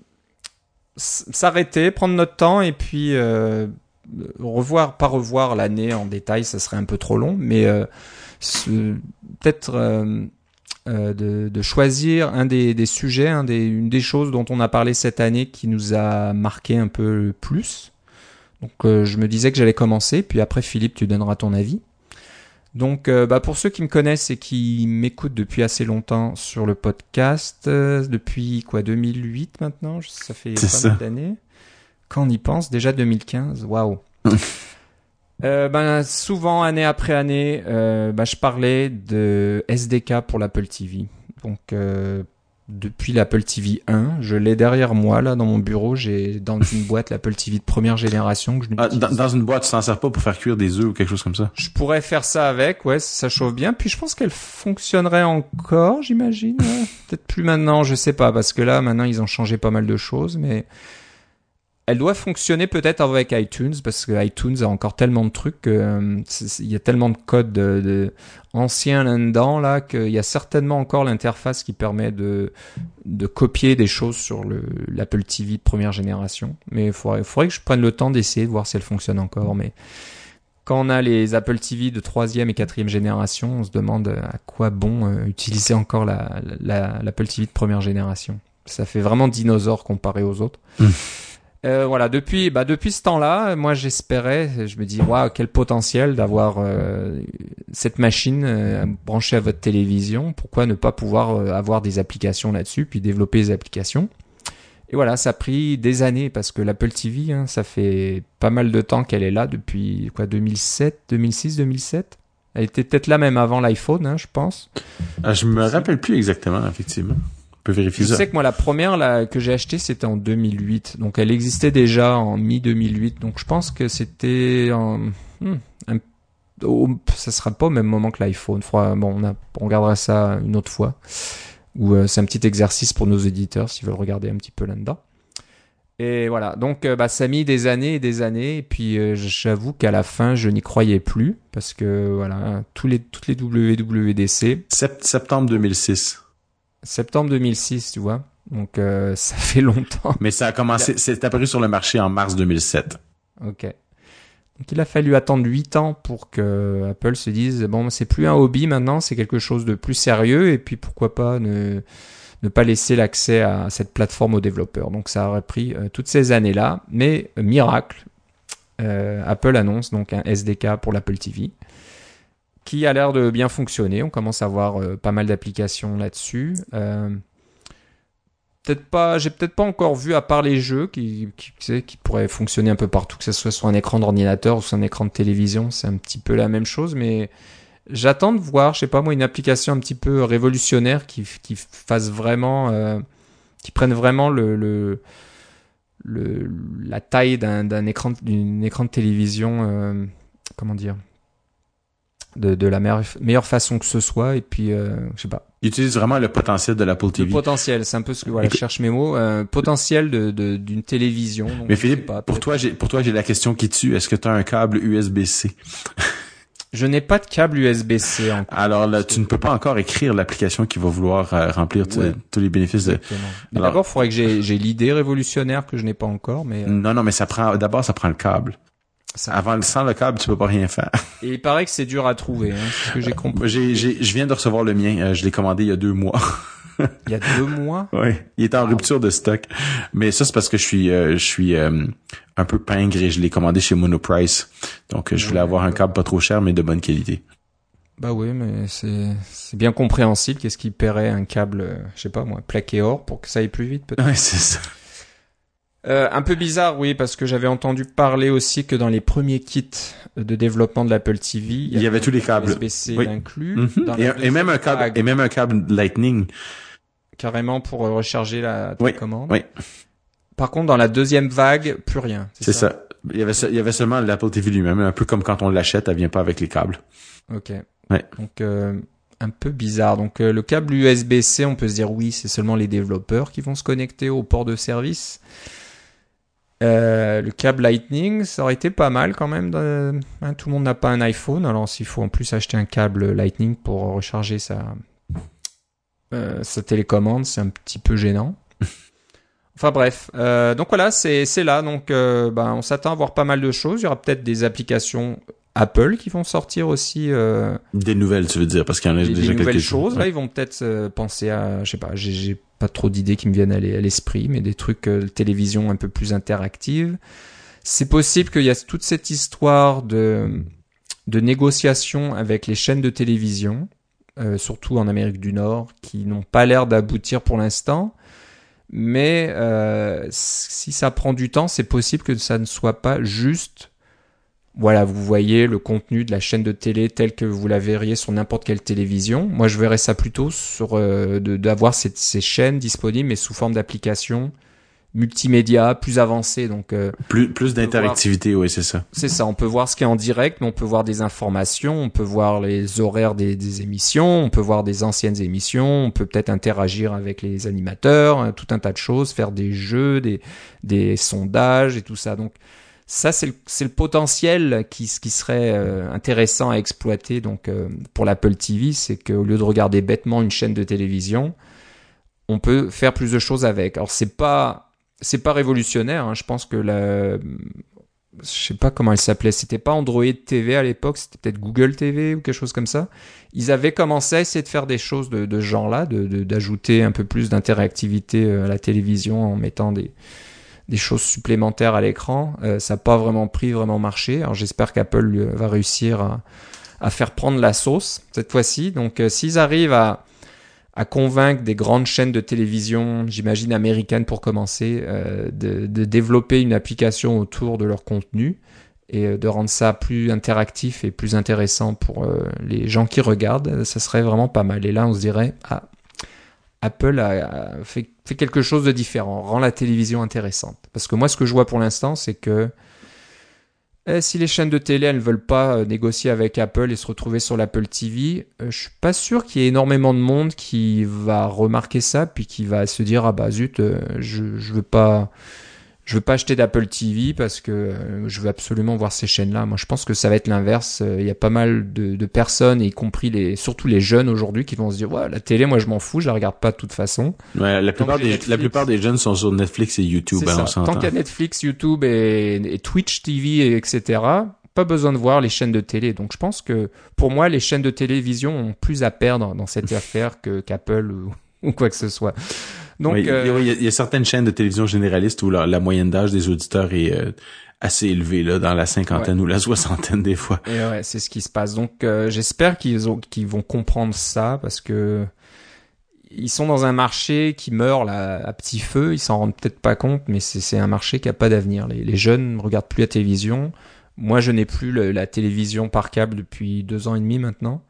s'arrêter, prendre notre temps et puis euh, revoir, pas revoir l'année en détail, ça serait un peu trop long, mais euh, peut-être... Euh, Euh, de, de choisir un des, des sujets, un des, une des choses dont on a parlé cette année qui nous a marqué un peu plus. Donc euh, je me disais que j'allais commencer, puis après Philippe, tu donneras ton avis. Donc euh, bah, pour ceux qui me connaissent et qui m'écoutent depuis assez longtemps sur le podcast, euh, depuis quoi deux mille huit maintenant, ça fait C'est pas ça. mal d'années. Quand on y pense, déjà deux mille quinze, waouh. Euh, ben souvent année après année, euh, ben, je parlais de S D K pour l'Apple T V. Donc euh, depuis l'Apple T V un, je l'ai derrière moi là dans mon bureau. J'ai dans une boîte l'Apple T V de première génération que je ah, dans, dans une boîte, tu t'en sers pas pour faire cuire des œufs ou quelque chose comme ça. Je pourrais faire ça avec, ouais, ça chauffe bien. Puis je pense qu'elle fonctionnerait encore, j'imagine. Ouais. Peut-être plus maintenant, je sais pas, parce que là maintenant ils ont changé pas mal de choses, mais elle doit fonctionner peut-être avec iTunes parce que iTunes a encore tellement de trucs que euh, il y a tellement de codes de, de anciens là-dedans là qu'il y a certainement encore l'interface qui permet de de copier des choses sur le l'Apple T V de première génération. Mais il faudrait, faudrait que je prenne le temps d'essayer de voir si elle fonctionne encore. Mais quand on a les Apple T V de troisième et quatrième génération, on se demande à quoi bon euh, utiliser encore la, la l'Apple T V de première génération. Ça fait vraiment dinosaure comparé aux autres. Mmh. Euh, voilà, depuis bah depuis ce temps-là, moi j'espérais, je me dis waouh, quel potentiel d'avoir euh, cette machine euh, branchée à votre télévision. Pourquoi ne pas pouvoir euh, avoir des applications là-dessus, puis développer des applications. Et voilà, ça a pris des années parce que l'Apple T V, hein, ça fait pas mal de temps qu'elle est là depuis quoi, deux mille sept, deux mille six, deux mille sept. Elle était peut-être là même avant l'iPhone, hein, je pense. Ah, je me rappelle plus exactement, effectivement. peux vérifier je ça. Je sais que moi, la première là, que j'ai achetée, c'était en deux mille huit. Donc, elle existait déjà en mi-deux mille huit. Donc, je pense que c'était en... Hmm, un... oh, ça sera pas au même moment que l'iPhone. Bon, on, a... on regardera ça une autre fois. Ou euh, c'est un petit exercice pour nos éditeurs s'ils veulent regarder un petit peu là-dedans. Et voilà, donc euh, bah, ça a mis des années et des années, et puis euh, j'avoue qu'à la fin, je n'y croyais plus, parce que voilà, tous les, toutes les W W D C... Sept, septembre deux mille six. Septembre deux mille six, tu vois, donc euh, ça fait longtemps. Mais ça a commencé, c'est apparu sur le marché en mars deux mille sept. Ok. Donc il a fallu attendre huit ans pour que Apple se dise, bon, c'est plus un hobby maintenant, c'est quelque chose de plus sérieux, et puis pourquoi pas ne... ne pas laisser l'accès à cette plateforme aux développeurs. Donc ça aurait pris euh, toutes ces années-là, mais euh, miracle, euh, Apple annonce donc un S D K pour l'Apple T V qui a l'air de bien fonctionner. On commence à voir euh, pas mal d'applications là-dessus. Euh, peut-être pas, j'ai peut-être pas encore vu, à part les jeux qui, qui, tu sais, qui pourraient fonctionner un peu partout, que ce soit sur un écran d'ordinateur ou sur un écran de télévision, c'est un petit peu la même chose, mais j'attends de voir, je sais pas moi, une application un petit peu révolutionnaire qui, qui fasse vraiment, euh, qui prenne vraiment le, le, le la taille d'un, d'un écran, d'une écran de télévision, euh, comment dire, de, de la meilleure, meilleure façon que ce soit, et puis, euh, je sais pas. Il utilise vraiment le potentiel de l'Apple T V. Le potentiel, c'est un peu ce que, voilà, je cherche mes mots, euh, potentiel de, de, d'une télévision. Donc, mais Philippe, pas, pour toi, j'ai, pour toi, j'ai la question qui tue. Est-ce que tu as un câble U S B C? Je n'ai pas de câble U S B C encore. Alors là, tu ne peux pas encore écrire l'application qui va vouloir euh, remplir ouais. t- tous les bénéfices de... Mais Alors, d'abord, il faudrait que j'ai, j'ai l'idée révolutionnaire que je n'ai pas encore, mais... Euh... Non, non, mais ça prend, d'abord, ça prend le câble. Ça... Avant, sans le câble, tu peux pas rien faire. Et il paraît que c'est dur à trouver, hein, c'est ce que j'ai compris. J'ai, j'ai, je viens de recevoir le mien, euh, je l'ai commandé il y a deux mois. Il y a deux mois? Oui, il est en wow. rupture de stock. Mais ça, c'est parce que je suis euh, je suis euh, un peu pingre et je l'ai commandé chez Monoprice. Donc, je voulais ouais, avoir ouais. un câble pas trop cher, mais de bonne qualité. Bah oui, mais c'est c'est bien compréhensible. Qu'est-ce qui paierait un câble, je sais pas moi, plaqué or pour que ça aille plus vite peut-être? Ouais, c'est ça. Euh, un peu bizarre, oui, parce que j'avais entendu parler aussi que dans les premiers kits de développement de l'Apple T V, il y, il y avait tous les câbles U S B C oui. inclus. Mm-hmm. Dans et, et même un câble vague. et même un câble Lightning. Carrément pour recharger la télécommande. Oui, oui. Par contre, dans la deuxième vague, plus rien. C'est, c'est ça? ça. Il y avait, il y avait seulement l'Apple T V lui-même, un peu comme quand on l'achète, elle vient pas avec les câbles. Ok. Ouais. Donc, euh, un peu bizarre. Donc, euh, le câble U S B C, on peut se dire oui, c'est seulement les développeurs qui vont se connecter au port de service. Euh, le câble Lightning, ça aurait été pas mal quand même. De... Hein, tout le monde n'a pas un iPhone, alors s'il faut en plus acheter un câble Lightning pour recharger sa Euh, sa télécommande, c'est un petit peu gênant. Enfin bref, euh, donc voilà, c'est c'est là. Donc euh, ben on s'attend à voir pas mal de choses. Il y aura peut-être des applications Apple qui vont sortir aussi. Euh, des nouvelles, tu veux dire, parce qu'il y en a des, déjà des nouvelles quelques choses. Ouais. Là, ils vont peut-être euh, penser à, je sais pas, j'ai, j'ai pas trop d'idées qui me viennent à l'esprit, mais des trucs euh, télévision un peu plus interactive. C'est possible qu'il y a toute cette histoire de de négociation avec les chaînes de télévision. Euh, surtout en Amérique du Nord, qui n'ont pas l'air d'aboutir pour l'instant. Mais euh, si ça prend du temps, c'est possible que ça ne soit pas juste... Voilà, vous voyez le contenu de la chaîne de télé tel que vous la verriez sur n'importe quelle télévision. Moi, je verrais ça plutôt sur euh, de, d'avoir ces, ces chaînes disponibles, mais sous forme d'applications multimédia, plus avancées. Donc, euh, plus plus d'interactivité, oui, c'est ça. C'est ça, on peut voir ce qui est en direct, mais on peut voir des informations, on peut voir les horaires des, des émissions, on peut voir des anciennes émissions, on peut peut-être interagir avec les animateurs, tout un tas de choses, faire des jeux, des, des sondages et tout ça. Donc ça, c'est le, c'est le potentiel qui, qui serait euh, intéressant à exploiter donc euh, pour l'Apple T V, c'est qu'au lieu de regarder bêtement une chaîne de télévision, on peut faire plus de choses avec. Alors c'est pas... C'est pas révolutionnaire, hein. Je pense que la, je sais pas comment elle s'appelait, c'était pas Android T V à l'époque, c'était peut-être Google T V ou quelque chose comme ça. Ils avaient commencé à essayer de faire des choses de, de ce genre-là, de, de, d'ajouter un peu plus d'interactivité à la télévision en mettant des, des choses supplémentaires à l'écran. Euh, ça n'a pas vraiment pris, vraiment marché. Alors j'espère qu'Apple va réussir à, à faire prendre la sauce cette fois-ci. Donc euh, s'ils arrivent à à convaincre des grandes chaînes de télévision, j'imagine américaines pour commencer, euh, de, de développer une application autour de leur contenu et de rendre ça plus interactif et plus intéressant pour euh, les gens qui regardent, ça serait vraiment pas mal. Et là, on se dirait, ah, Apple a, a fait, fait quelque chose de différent, rend la télévision intéressante. Parce que moi, ce que je vois pour l'instant, c'est que eh, si les chaînes de télé, elles ne veulent pas euh, négocier avec Apple et se retrouver sur l'Apple T V, euh, je suis pas sûr qu'il y ait énormément de monde qui va remarquer ça, puis qui va se dire ah bah zut, euh, je je veux pas je veux pas acheter d'Apple T V parce que euh, je veux absolument voir ces chaînes-là. Moi, je pense que ça va être l'inverse. Il y a pas mal de, de personnes, y compris les surtout les jeunes aujourd'hui, qui vont se dire ouais, la télé, moi je m'en fous, je la regarde pas de toute façon. Ouais, la plupart des Netflix, la plupart des jeunes sont sur Netflix et YouTube. C'est hein, ça. on Tant qu'il y a Netflix, YouTube et, et Twitch T V, et etc. Pas besoin de voir les chaînes de télé. Donc je pense que pour moi, les chaînes de télévision ont plus à perdre dans cette affaire que qu'Apple ou, ou quoi que ce soit. Donc oui, euh, il, y a, il y a certaines chaînes de télévision généralistes où la, la moyenne d'âge des auditeurs est euh, assez élevée, là, dans la cinquantaine ouais. ou la soixantaine des fois. Et ouais, c'est ce qui se passe. Donc euh, j'espère qu'ils ont, qu'ils vont comprendre ça parce que ils sont dans un marché qui meurt là, à petit feu. Ils s'en rendent peut-être pas compte, mais c'est, c'est un marché qui a pas d'avenir. Les, les jeunes ne regardent plus la télévision. Moi, je n'ai plus le, la télévision par câble depuis deux ans et demi maintenant.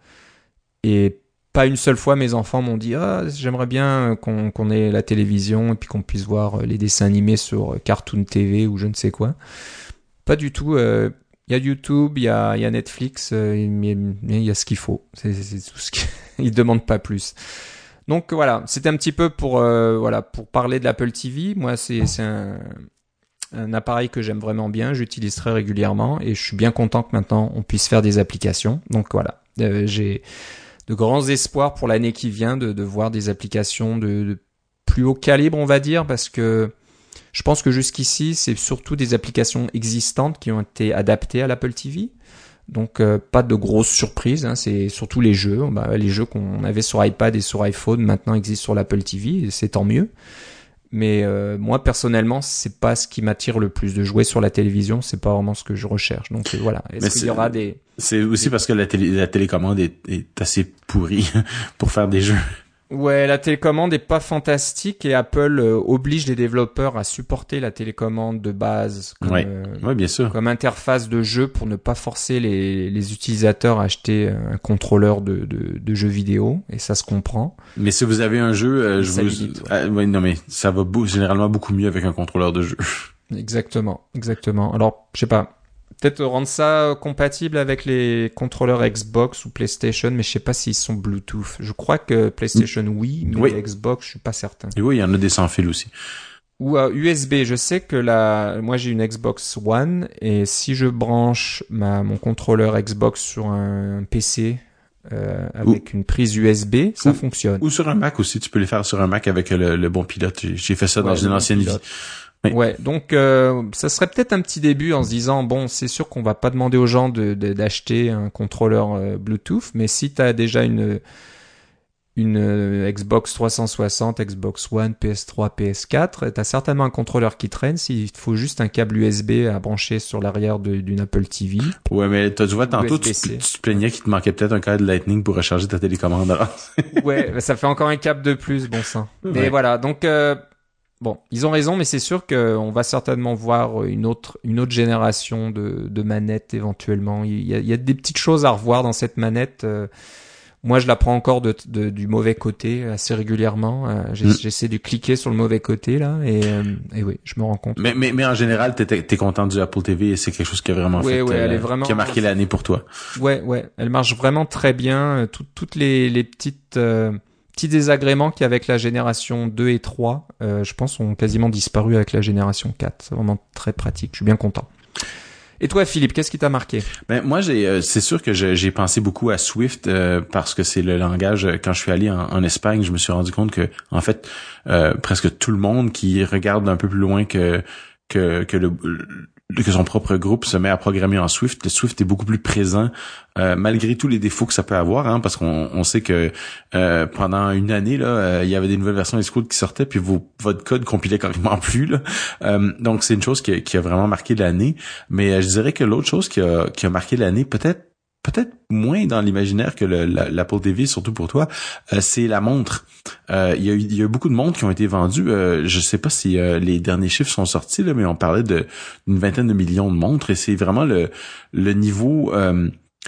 Et pas une seule fois, mes enfants m'ont dit « Ah, j'aimerais bien qu'on, qu'on ait la télévision et puis qu'on puisse voir les dessins animés sur Cartoon T V ou je ne sais quoi. » Pas du tout. Il euh, y a YouTube, il y a, y a Netflix, euh, il y a ce qu'il faut. C'est, c'est tout ce qu'ils ne demandent pas plus. Donc voilà, c'était un petit peu pour, euh, voilà, pour parler de l'Apple T V. Moi, c'est, c'est un... un appareil que j'aime vraiment bien, j'utilise très régulièrement et je suis bien content que maintenant on puisse faire des applications. Donc voilà, euh, j'ai de grands espoirs pour l'année qui vient de, de voir des applications de, de plus haut calibre, on va dire, parce que je pense que jusqu'ici, c'est surtout des applications existantes qui ont été adaptées à l'Apple T V. Donc euh, pas de grosses surprises, hein, c'est surtout les jeux. Bah, les jeux qu'on avait sur iPad et sur iPhone maintenant existent sur l'Apple T V, et c'est tant mieux. Mais euh, moi personnellement, c'est pas ce qui m'attire le plus de jouer sur la télévision, c'est pas vraiment ce que je recherche. Donc euh, voilà, est-ce Mais qu'il y aura des C'est aussi des... parce que la télé la télécommande est, est assez pourrie pour faire des jeux. Ouais, la télécommande est pas fantastique et Apple euh, oblige les développeurs à supporter la télécommande de base comme, ouais. Euh, ouais, bien sûr. comme interface de jeu pour ne pas forcer les, les utilisateurs à acheter un contrôleur de, de, de jeux vidéo, et ça se comprend. Mais si vous avez un jeu, euh, je vous... limite, ouais. Ah, ouais, non mais ça va beau, généralement beaucoup mieux avec un contrôleur de jeu. Exactement, exactement. Alors, je sais pas. Peut-être rendre ça compatible avec les contrôleurs Xbox ou PlayStation, mais je sais pas s'ils sont Bluetooth. Je crois que PlayStation oui, mais oui. Xbox, je suis pas certain. Et oui, il y en a des sans fil aussi. Ou euh, U S B. Je sais que la, moi j'ai une Xbox One et si je branche ma mon contrôleur Xbox sur un P C euh, avec ou, une prise U S B, ça ou, fonctionne. Ou sur un Mac aussi, tu peux les faire sur un Mac avec le, le bon pilote. J'ai, j'ai fait ça ouais, dans une ancienne vie. Oui. Ouais, donc euh, ça serait peut-être un petit début en se disant bon, c'est sûr qu'on va pas demander aux gens de, de d'acheter un contrôleur euh, Bluetooth, mais si tu as déjà une une euh, Xbox trois cent soixante, Xbox One, P S trois, P S quatre, tu as certainement un contrôleur qui traîne, s'il faut juste un câble U S B à brancher sur l'arrière de, d'une Apple T V. Ouais, mais tu vois tantôt tu, tu te plaignais qu'il te manquait peut-être un câble Lightning pour recharger ta télécommande. Ouais, ça fait encore un câble de plus, bon sang. Ouais. Mais voilà, donc euh, bon, ils ont raison, mais c'est sûr qu'on va certainement voir une autre, une autre génération de, de manettes éventuellement. Il y, a, il y a des petites choses à revoir dans cette manette. Euh, moi, je la prends encore de, de, du mauvais côté assez régulièrement. Euh, mmh. J'essaie de cliquer sur le mauvais côté là, et, euh, et oui, je me rends compte. Mais, mais, mais en général, t'es, t'es content du Apple T V et c'est quelque chose qui a vraiment ouais, fait, ouais, euh, elle est vraiment, qui a marqué l'année pour toi. Ouais, ouais, elle marche vraiment très bien. Tout, toutes les, les petites euh, petits désagréments qu'il y a avec la génération deux et trois, euh, je pense, ont quasiment disparu avec la génération quatre. C'est vraiment très pratique. Je suis bien content. Et toi, Philippe, qu'est-ce qui t'a marqué? Ben moi, j'ai, euh, c'est sûr que je, j'ai pensé beaucoup à Swift euh, parce que c'est le langage. Quand je suis allé en, en Espagne, je me suis rendu compte que, en fait, euh, presque tout le monde qui regarde un peu plus loin que que que le que son propre groupe se met à programmer en Swift. Le Swift est beaucoup plus présent, euh, malgré tous les défauts que ça peut avoir, hein, parce qu'on on sait que euh, pendant une année là, euh, il y avait des nouvelles versions Xcode qui sortaient, puis vos, votre code compilait carrément plus là. Euh, donc c'est une chose qui a, qui a vraiment marqué l'année. Mais euh, je dirais que l'autre chose qui a qui a marqué l'année, peut-être peut-être moins dans l'imaginaire que le, la, l'Apple T V, surtout pour toi, euh, c'est la montre. Euh, il y a eu il y a eu beaucoup de montres qui ont été vendues. Euh, je sais pas si euh, les derniers chiffres sont sortis là, mais on parlait de d'une vingtaine de millions de montres et c'est vraiment le le niveau. Euh,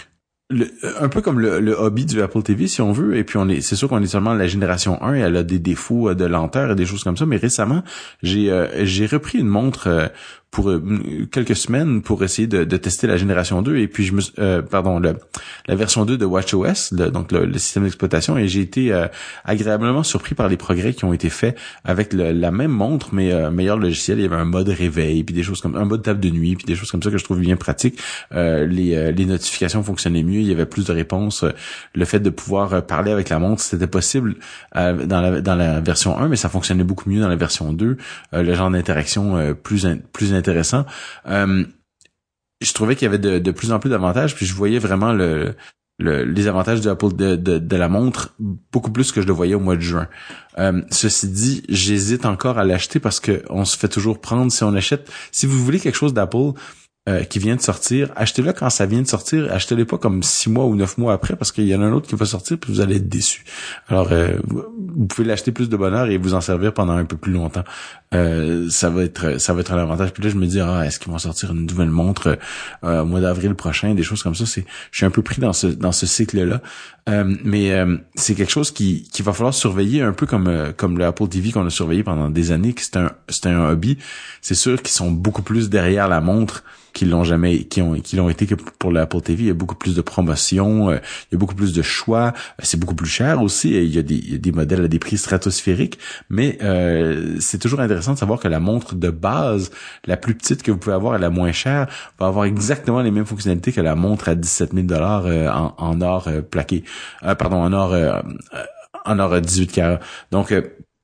Le, un peu comme le, le hobby du Apple T V, si on veut, et puis on est, c'est sûr qu'on est seulement la génération un, et elle a des défauts de lenteur et des choses comme ça, mais récemment, j'ai euh, j'ai repris une montre euh, pour euh, quelques semaines pour essayer de, de tester la génération deux, et puis je me euh, pardon, le, la version deux de WatchOS, le, donc le, le système d'exploitation, et j'ai été euh, agréablement surpris par les progrès qui ont été faits avec le, la même montre, mais euh, meilleur logiciel. Il y avait un mode réveil, puis des choses comme un mode table de nuit, puis des choses comme ça que je trouve bien pratique. Euh, les, euh, les notifications fonctionnaient mieux, il y avait plus de réponses. Le fait de pouvoir euh, parler avec la montre, c'était possible euh, dans la dans la version un, mais ça fonctionnait beaucoup mieux dans la version deux. Euh, le genre d'interaction euh, plus in, plus intéressant. Euh, je trouvais qu'il y avait de, de plus en plus d'avantages, puis je voyais vraiment le, le les avantages de Apple de, de, de la montre beaucoup plus que je le voyais au mois de juin. Euh, ceci dit, j'hésite encore à l'acheter parce que on se fait toujours prendre si on achète. Si vous voulez quelque chose d'Apple Euh, qui vient de sortir, achetez-le quand ça vient de sortir, achetez-le pas comme six mois ou neuf mois après, parce qu'il y en a un autre qui va sortir puis vous allez être déçu. Alors euh, vous pouvez l'acheter plus de bonheur et vous en servir pendant un peu plus longtemps. Euh, ça va être ça va être un avantage. Puis là je me dis ah est-ce qu'ils vont sortir une nouvelle montre euh, au mois d'avril prochain, des choses comme ça. C'est je suis un peu pris dans ce dans ce cycle-là. Euh, mais euh, c'est quelque chose qui qui va falloir surveiller un peu comme euh, comme le Apple T V qu'on a surveillé pendant des années, que c'est un c'est un hobby. C'est sûr qu'ils sont beaucoup plus derrière la montre qui l'ont jamais qui ont qui l'ont été que pour l'Apple T V. Il y a beaucoup plus de promotions, euh, il y a beaucoup plus de choix, c'est beaucoup plus cher aussi, et il y a des il y a des modèles à des prix stratosphériques, mais euh, c'est toujours intéressant de savoir que la montre de base, la plus petite que vous pouvez avoir et la moins chère, va avoir exactement les mêmes fonctionnalités que la montre à dix-sept mille dollars euh, en, en or euh, plaqué. Euh, pardon, en or euh, en or dix-huit carats. Donc euh,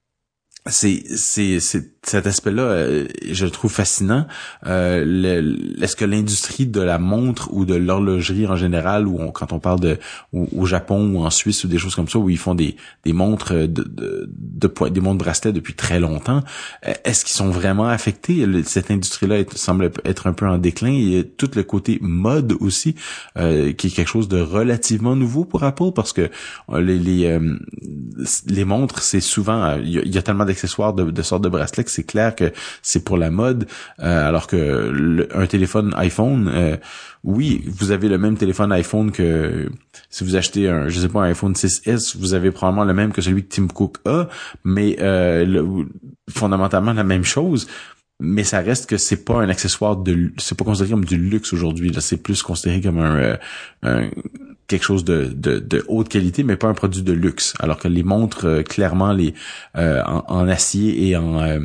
c'est c'est c'est cet aspect-là, euh, je le trouve fascinant. Euh, le, est-ce que l'industrie de la montre ou de l'horlogerie en général, ou on, quand on parle de ou, au Japon ou en Suisse ou des choses comme ça, où ils font des des montres de de, de, de des montres bracelets depuis très longtemps, est-ce qu'ils sont vraiment affectés? Cette industrie-là est, semble être un peu en déclin. Il y a tout le côté mode aussi, euh, qui est quelque chose de relativement nouveau pour Apple, parce que les les euh, les montres, c'est souvent il y a, il y a tellement d'accessoires de, de sortes de bracelets que c'est clair que c'est pour la mode, euh, alors que le, un téléphone iPhone, euh, oui, vous avez le même téléphone iPhone que si vous achetez un, je sais pas, un iPhone six S, vous avez probablement le même que celui que Tim Cook a, mais euh, le, fondamentalement la même chose. Mais ça reste que c'est pas un accessoire de, c'est pas considéré comme du luxe aujourd'hui. Là, c'est plus considéré comme un, euh, un quelque chose de, de, de haute qualité, mais pas un produit de luxe. Alors que les montres, euh, clairement, les euh, en, en acier et en euh,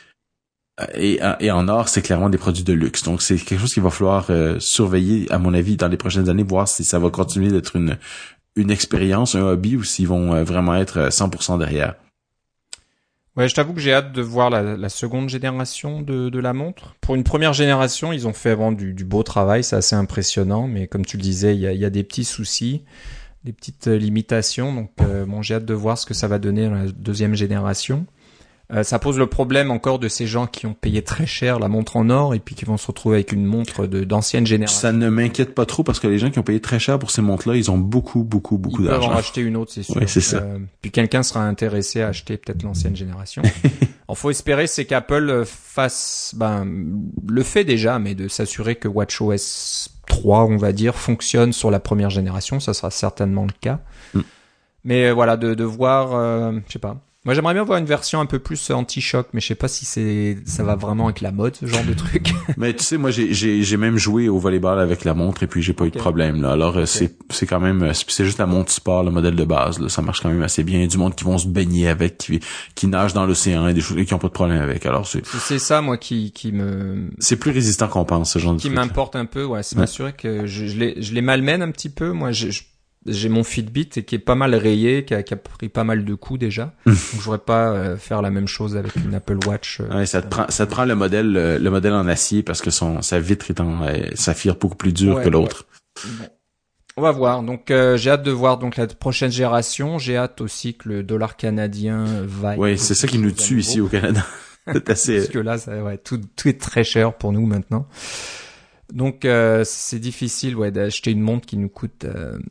Et, et en or, c'est clairement des produits de luxe. Donc, c'est quelque chose qu'il va falloir euh, surveiller, à mon avis, dans les prochaines années, voir si ça va continuer d'être une une expérience, un hobby, ou s'ils vont euh, vraiment être cent pour cent derrière. Ouais, je t'avoue que j'ai hâte de voir la, la seconde génération de, de la montre. Pour une première génération, ils ont fait vraiment du, du beau travail, c'est assez impressionnant, mais comme tu le disais, il y a, il y a des petits soucis, des petites limitations. Donc, euh, bon, j'ai hâte de voir ce que ça va donner dans la deuxième génération. Euh, ça pose le problème encore de ces gens qui ont payé très cher la montre en or et puis qui vont se retrouver avec une montre de d'ancienne génération. Ça ne m'inquiète pas trop parce que les gens qui ont payé très cher pour ces montres-là, ils ont beaucoup, beaucoup, beaucoup ils d'argent. Ils peuvent en acheter une autre, c'est sûr. Oui, c'est ça. Euh, puis quelqu'un sera intéressé à acheter peut-être l'ancienne génération. Alors, faut espérer, c'est qu'Apple fasse, ben, le fait déjà, mais de s'assurer que WatchOS trois, on va dire, fonctionne sur la première génération. Ça sera certainement le cas. Mm. Mais euh, voilà, de, de voir, euh, je sais pas. Moi, j'aimerais bien voir une version un peu plus anti-choc, mais je sais pas si c'est, ça va vraiment avec la mode, ce genre de truc. Mais tu sais, moi, j'ai, j'ai, j'ai même joué au volleyball avec la montre et puis j'ai pas okay. eu de problème, là. Alors, okay. c'est, c'est quand même, c'est juste la montre sport, le modèle de base, là. Ça marche quand même assez bien. Il y a du monde qui vont se baigner avec, qui, qui nagent dans l'océan et des choses, et qui ont pas de problème avec. Alors, c'est. C'est ça, moi, qui, qui me. C'est plus résistant qu'on pense, ce genre de truc. Qui m'importe un peu, ouais. C'est ouais. m'assurer que je, je les, je les malmène un petit peu. Moi, je, je j'ai mon Fitbit et qui est pas mal rayé, qui a, qui a pris pas mal de coups déjà. Donc je voudrais pas euh, faire la même chose avec une Apple Watch. Euh, ouais, ça te prend, ça te prend le modèle, le, le modèle en acier parce que son, sa vitre est en euh, saphir beaucoup plus dur ouais, que l'autre. Ouais. Bon. On va voir. Donc euh, j'ai hâte de voir donc la prochaine génération. J'ai hâte aussi que le dollar canadien vaille. Oui, c'est ça qui nous tue ici au Canada. C'est assez. Parce que là, ça, ouais, tout, tout est très cher pour nous maintenant. Donc euh, c'est difficile, ouais, d'acheter une montre qui nous coûte. Euh,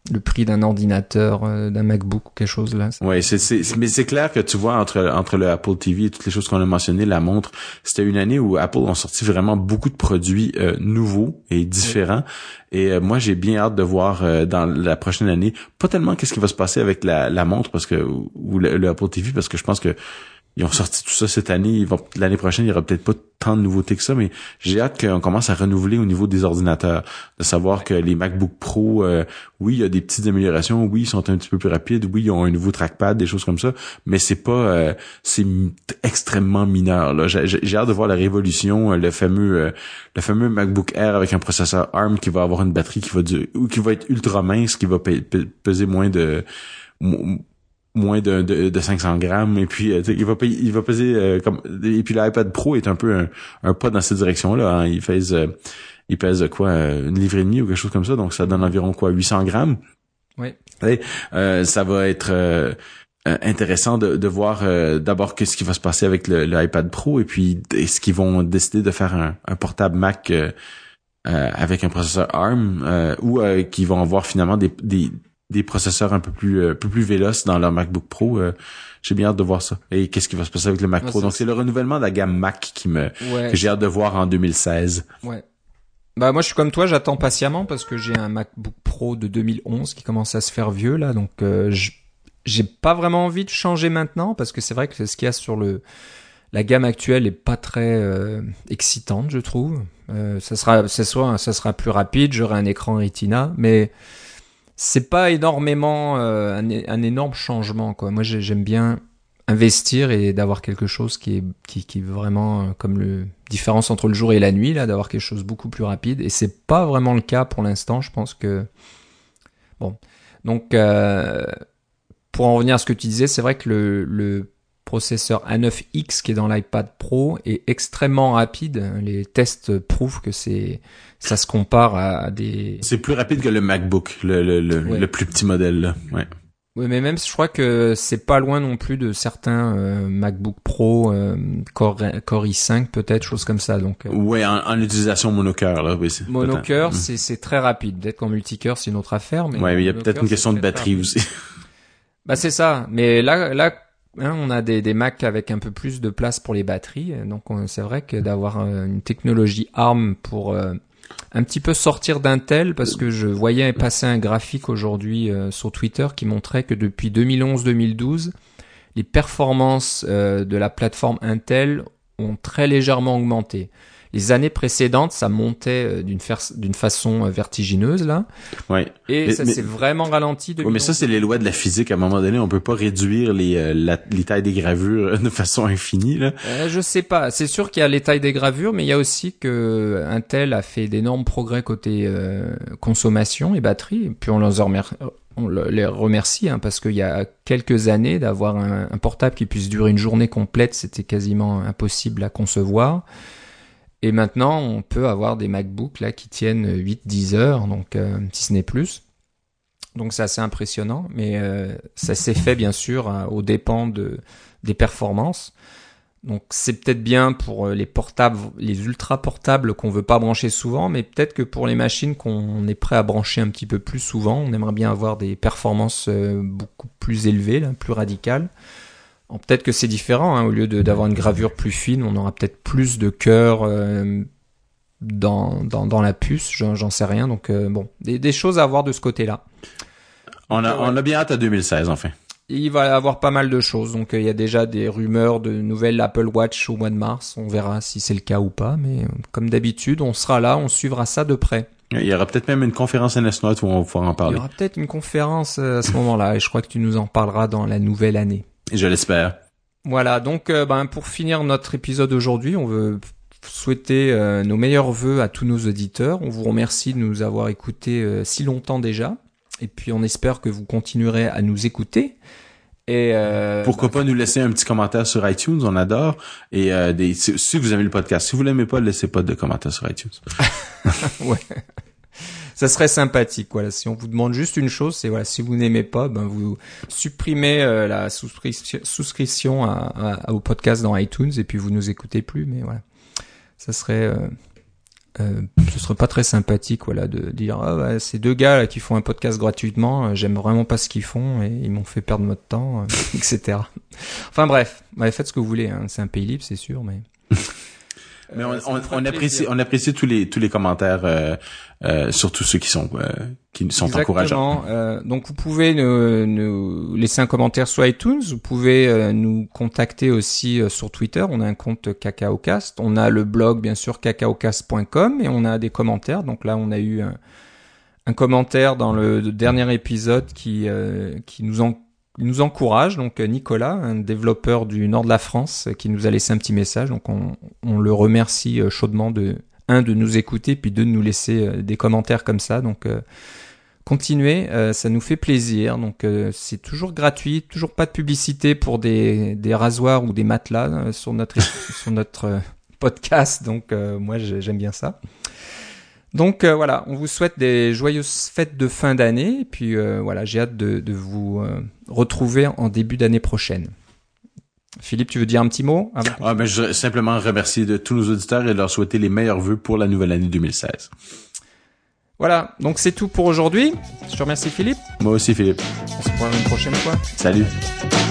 le prix d'un ordinateur, euh, d'un MacBook ou quelque chose là. Ouais, c'est, c'est, mais c'est clair que tu vois, entre, entre le Apple T V et toutes les choses qu'on a mentionnées, la montre, c'était une année où Apple ont sorti vraiment beaucoup de produits euh, nouveaux et différents. Oui. Et euh, moi, j'ai bien hâte de voir euh, dans la prochaine année, pas tellement qu'est-ce qui va se passer avec la, la montre parce que ou le, le Apple T V, parce que je pense que ils ont sorti tout ça cette année. Ils vont, l'année prochaine, il y aura peut-être pas tant de nouveautés que ça, mais j'ai hâte qu'on commence à renouveler au niveau des ordinateurs. De savoir que les MacBook Pro, euh, oui, il y a des petites améliorations, oui, ils sont un petit peu plus rapides, oui, ils ont un nouveau trackpad, des choses comme ça, mais c'est pas, euh, c'est extrêmement mineur, là. J'ai, j'ai hâte de voir la révolution, le fameux, euh, le fameux MacBook Air avec un processeur ARM qui va avoir une batterie qui va du, ou qui va être ultra mince, qui va pe- pe- peser moins de, moins de, de, de cinq cents grammes, et puis euh, il va il va peser euh, comme, et puis l'iPad Pro est un peu un, un pas dans cette direction-là, hein. Il pèse euh, il pèse quoi, euh, une livre et demie ou quelque chose comme ça, donc ça donne environ quoi, huit cents grammes. Oui. Et, euh, ça va être euh, intéressant de, de voir euh, d'abord qu'est-ce qui va se passer avec le, le iPad Pro, et puis est-ce qu'ils vont décider de faire un, un portable Mac euh, euh, avec un processeur ARM, euh, ou euh, qu'ils vont avoir finalement des, des des processeurs un peu plus un peu plus véloces dans leur MacBook Pro. Euh, j'ai bien hâte de voir ça. Et qu'est-ce qui va se passer avec le Mac Pro? Donc c'est le renouvellement de la gamme Mac qui me ouais, que j'ai hâte de voir en deux mille seize. Ouais. Bah moi je suis comme toi, j'attends patiemment parce que j'ai un MacBook Pro de deux mille onze qui commence à se faire vieux là, donc euh, j'ai pas vraiment envie de changer maintenant parce que c'est vrai que ce qu'il y a sur le la gamme actuelle est pas très euh, excitante, je trouve. Euh, ça sera ça sera ça sera plus rapide, j'aurai un écran Retina, mais c'est pas énormément euh, un, un énorme changement, quoi. Moi j'aime bien investir et d'avoir quelque chose qui est qui qui est vraiment euh, comme le différence entre le jour et la nuit là, d'avoir quelque chose beaucoup plus rapide, et c'est pas vraiment le cas pour l'instant. Je pense que bon, donc euh, pour en revenir à ce que tu disais, c'est vrai que le le processeur A neuf X qui est dans l'iPad Pro est extrêmement rapide. Les tests prouvent que c'est ça se compare à des... C'est plus rapide que le MacBook, le le le, ouais. le plus petit modèle là. Ouais. Oui, mais même je crois que c'est pas loin non plus de certains euh, MacBook Pro euh, Core Core i cinq peut-être, choses comme ça. Donc. Euh, ouais, en, en utilisation monocœur là. Oui, c'est monocœur, c'est c'est très rapide. Peut-être qu'en multicœur c'est une autre affaire, mais. Ouais, mais il y a peut-être une question de batterie rapide. Aussi. Bah c'est ça. Mais là là. Hein, on a des, des Mac avec un peu plus de place pour les batteries, donc on, c'est vrai que d'avoir euh, une technologie ARM pour euh, un petit peu sortir d'Intel, parce que je voyais passer un graphique aujourd'hui euh, sur Twitter qui montrait que depuis deux mille onze deux mille douze, les performances euh, de la plateforme Intel ont très légèrement augmenté. Les années précédentes, ça montait d'une, fa- d'une façon vertigineuse là. Ouais. Et mais, ça mais, s'est vraiment ralenti. Oui, mais ça c'est les lois de la physique. À un moment donné, on peut pas réduire les euh, la, les tailles des gravures de façon infinie là. Euh, je sais pas. C'est sûr qu'il y a les tailles des gravures, mais il y a aussi que Intel a fait d'énormes progrès côté euh, consommation et batterie. Et puis on les remercie. On les remercie hein, parce qu'il y a quelques années d'avoir un, un portable qui puisse durer une journée complète, c'était quasiment impossible à concevoir. Et maintenant, on peut avoir des MacBooks là qui tiennent huit dix heures, donc euh, si ce n'est plus. Donc c'est assez impressionnant, mais euh, ça s'est fait bien sûr hein, aux dépens de des performances. Donc c'est peut-être bien pour les portables, les ultra portables qu'on veut pas brancher souvent, mais peut-être que pour les machines qu'on est prêt à brancher un petit peu plus souvent, on aimerait bien avoir des performances euh, beaucoup plus élevées, là, plus radicales. Alors, peut-être que c'est différent, hein, au lieu de, d'avoir une gravure plus fine, on aura peut-être plus de cœur euh, dans, dans dans la puce, j'en, j'en sais rien. Donc euh, bon, des, des choses à voir de ce côté-là. On a, on a bien hâte à deux mille seize, enfin. Il va y avoir pas mal de choses. Donc, euh, il y a déjà des rumeurs de nouvelles Apple Watch au mois de mars. On verra si c'est le cas ou pas. Mais euh, comme d'habitude, on sera là, on suivra ça de près. Il y aura peut-être même une conférence N S Note où on va pouvoir en parler. Il y aura peut-être une conférence euh, à ce moment-là. Et je crois que tu nous en parleras dans la nouvelle année. Je l'espère. Voilà. Donc, euh, ben, pour finir notre épisode aujourd'hui, on veut souhaiter euh, nos meilleurs vœux à tous nos auditeurs. On vous remercie de nous avoir écoutés euh, si longtemps déjà. Et puis on espère que vous continuerez à nous écouter. Et euh, pourquoi bah, pas nous laisser un petit commentaire sur iTunes, on adore. Et euh, des, si, si vous aimez le podcast, si vous l'aimez pas, laissez pas de commentaire sur iTunes. Ouais, ça serait sympathique. Voilà, si on vous demande juste une chose, c'est voilà, si vous n'aimez pas, ben vous supprimez euh, la souscription, souscription à, à, au podcast dans iTunes et puis vous nous écoutez plus. Mais voilà, ça serait euh, Euh, ce serait pas très sympathique, voilà, de dire ah bah, ces deux gars là qui font un podcast gratuitement, euh, j'aime vraiment pas ce qu'ils font et ils m'ont fait perdre notre temps, euh, et cetera. Enfin bref, bah, faites ce que vous voulez, hein. C'est un pays libre, c'est sûr, mais. Mais on, on, on apprécie, on apprécie tous les tous les commentaires, euh, euh, surtout ceux qui sont euh, qui sont Exactement. encourageants. Euh, donc vous pouvez nous, nous laisser un commentaire sur iTunes, vous pouvez euh, nous contacter aussi euh, sur Twitter. On a un compte CacaoCast, on a le blog bien sûr cacaocast point com et on a des commentaires. Donc là on a eu un, un commentaire dans le dernier épisode qui euh, qui nous en Il nous encourage, donc Nicolas, un développeur du nord de la France, qui nous a laissé un petit message. Donc on, on le remercie chaudement de un de nous écouter, puis deux de nous laisser des commentaires comme ça. Donc euh, continuez, euh, ça nous fait plaisir. Donc euh, c'est toujours gratuit, toujours pas de publicité pour des des rasoirs ou des matelas euh, sur notre sur notre euh, podcast. Donc euh, moi j'aime bien ça. Donc euh, voilà, on vous souhaite des joyeuses fêtes de fin d'année et puis euh, voilà, j'ai hâte de, de vous euh, retrouver en début d'année prochaine. Philippe, tu veux dire un petit mot avant Ah ben je veux simplement remercier de tous nos auditeurs et leur souhaiter les meilleurs vœux pour la nouvelle année deux mille seize. Voilà, donc c'est tout pour aujourd'hui. Je te remercie Philippe. Moi aussi Philippe. On se voit une prochaine fois. Salut.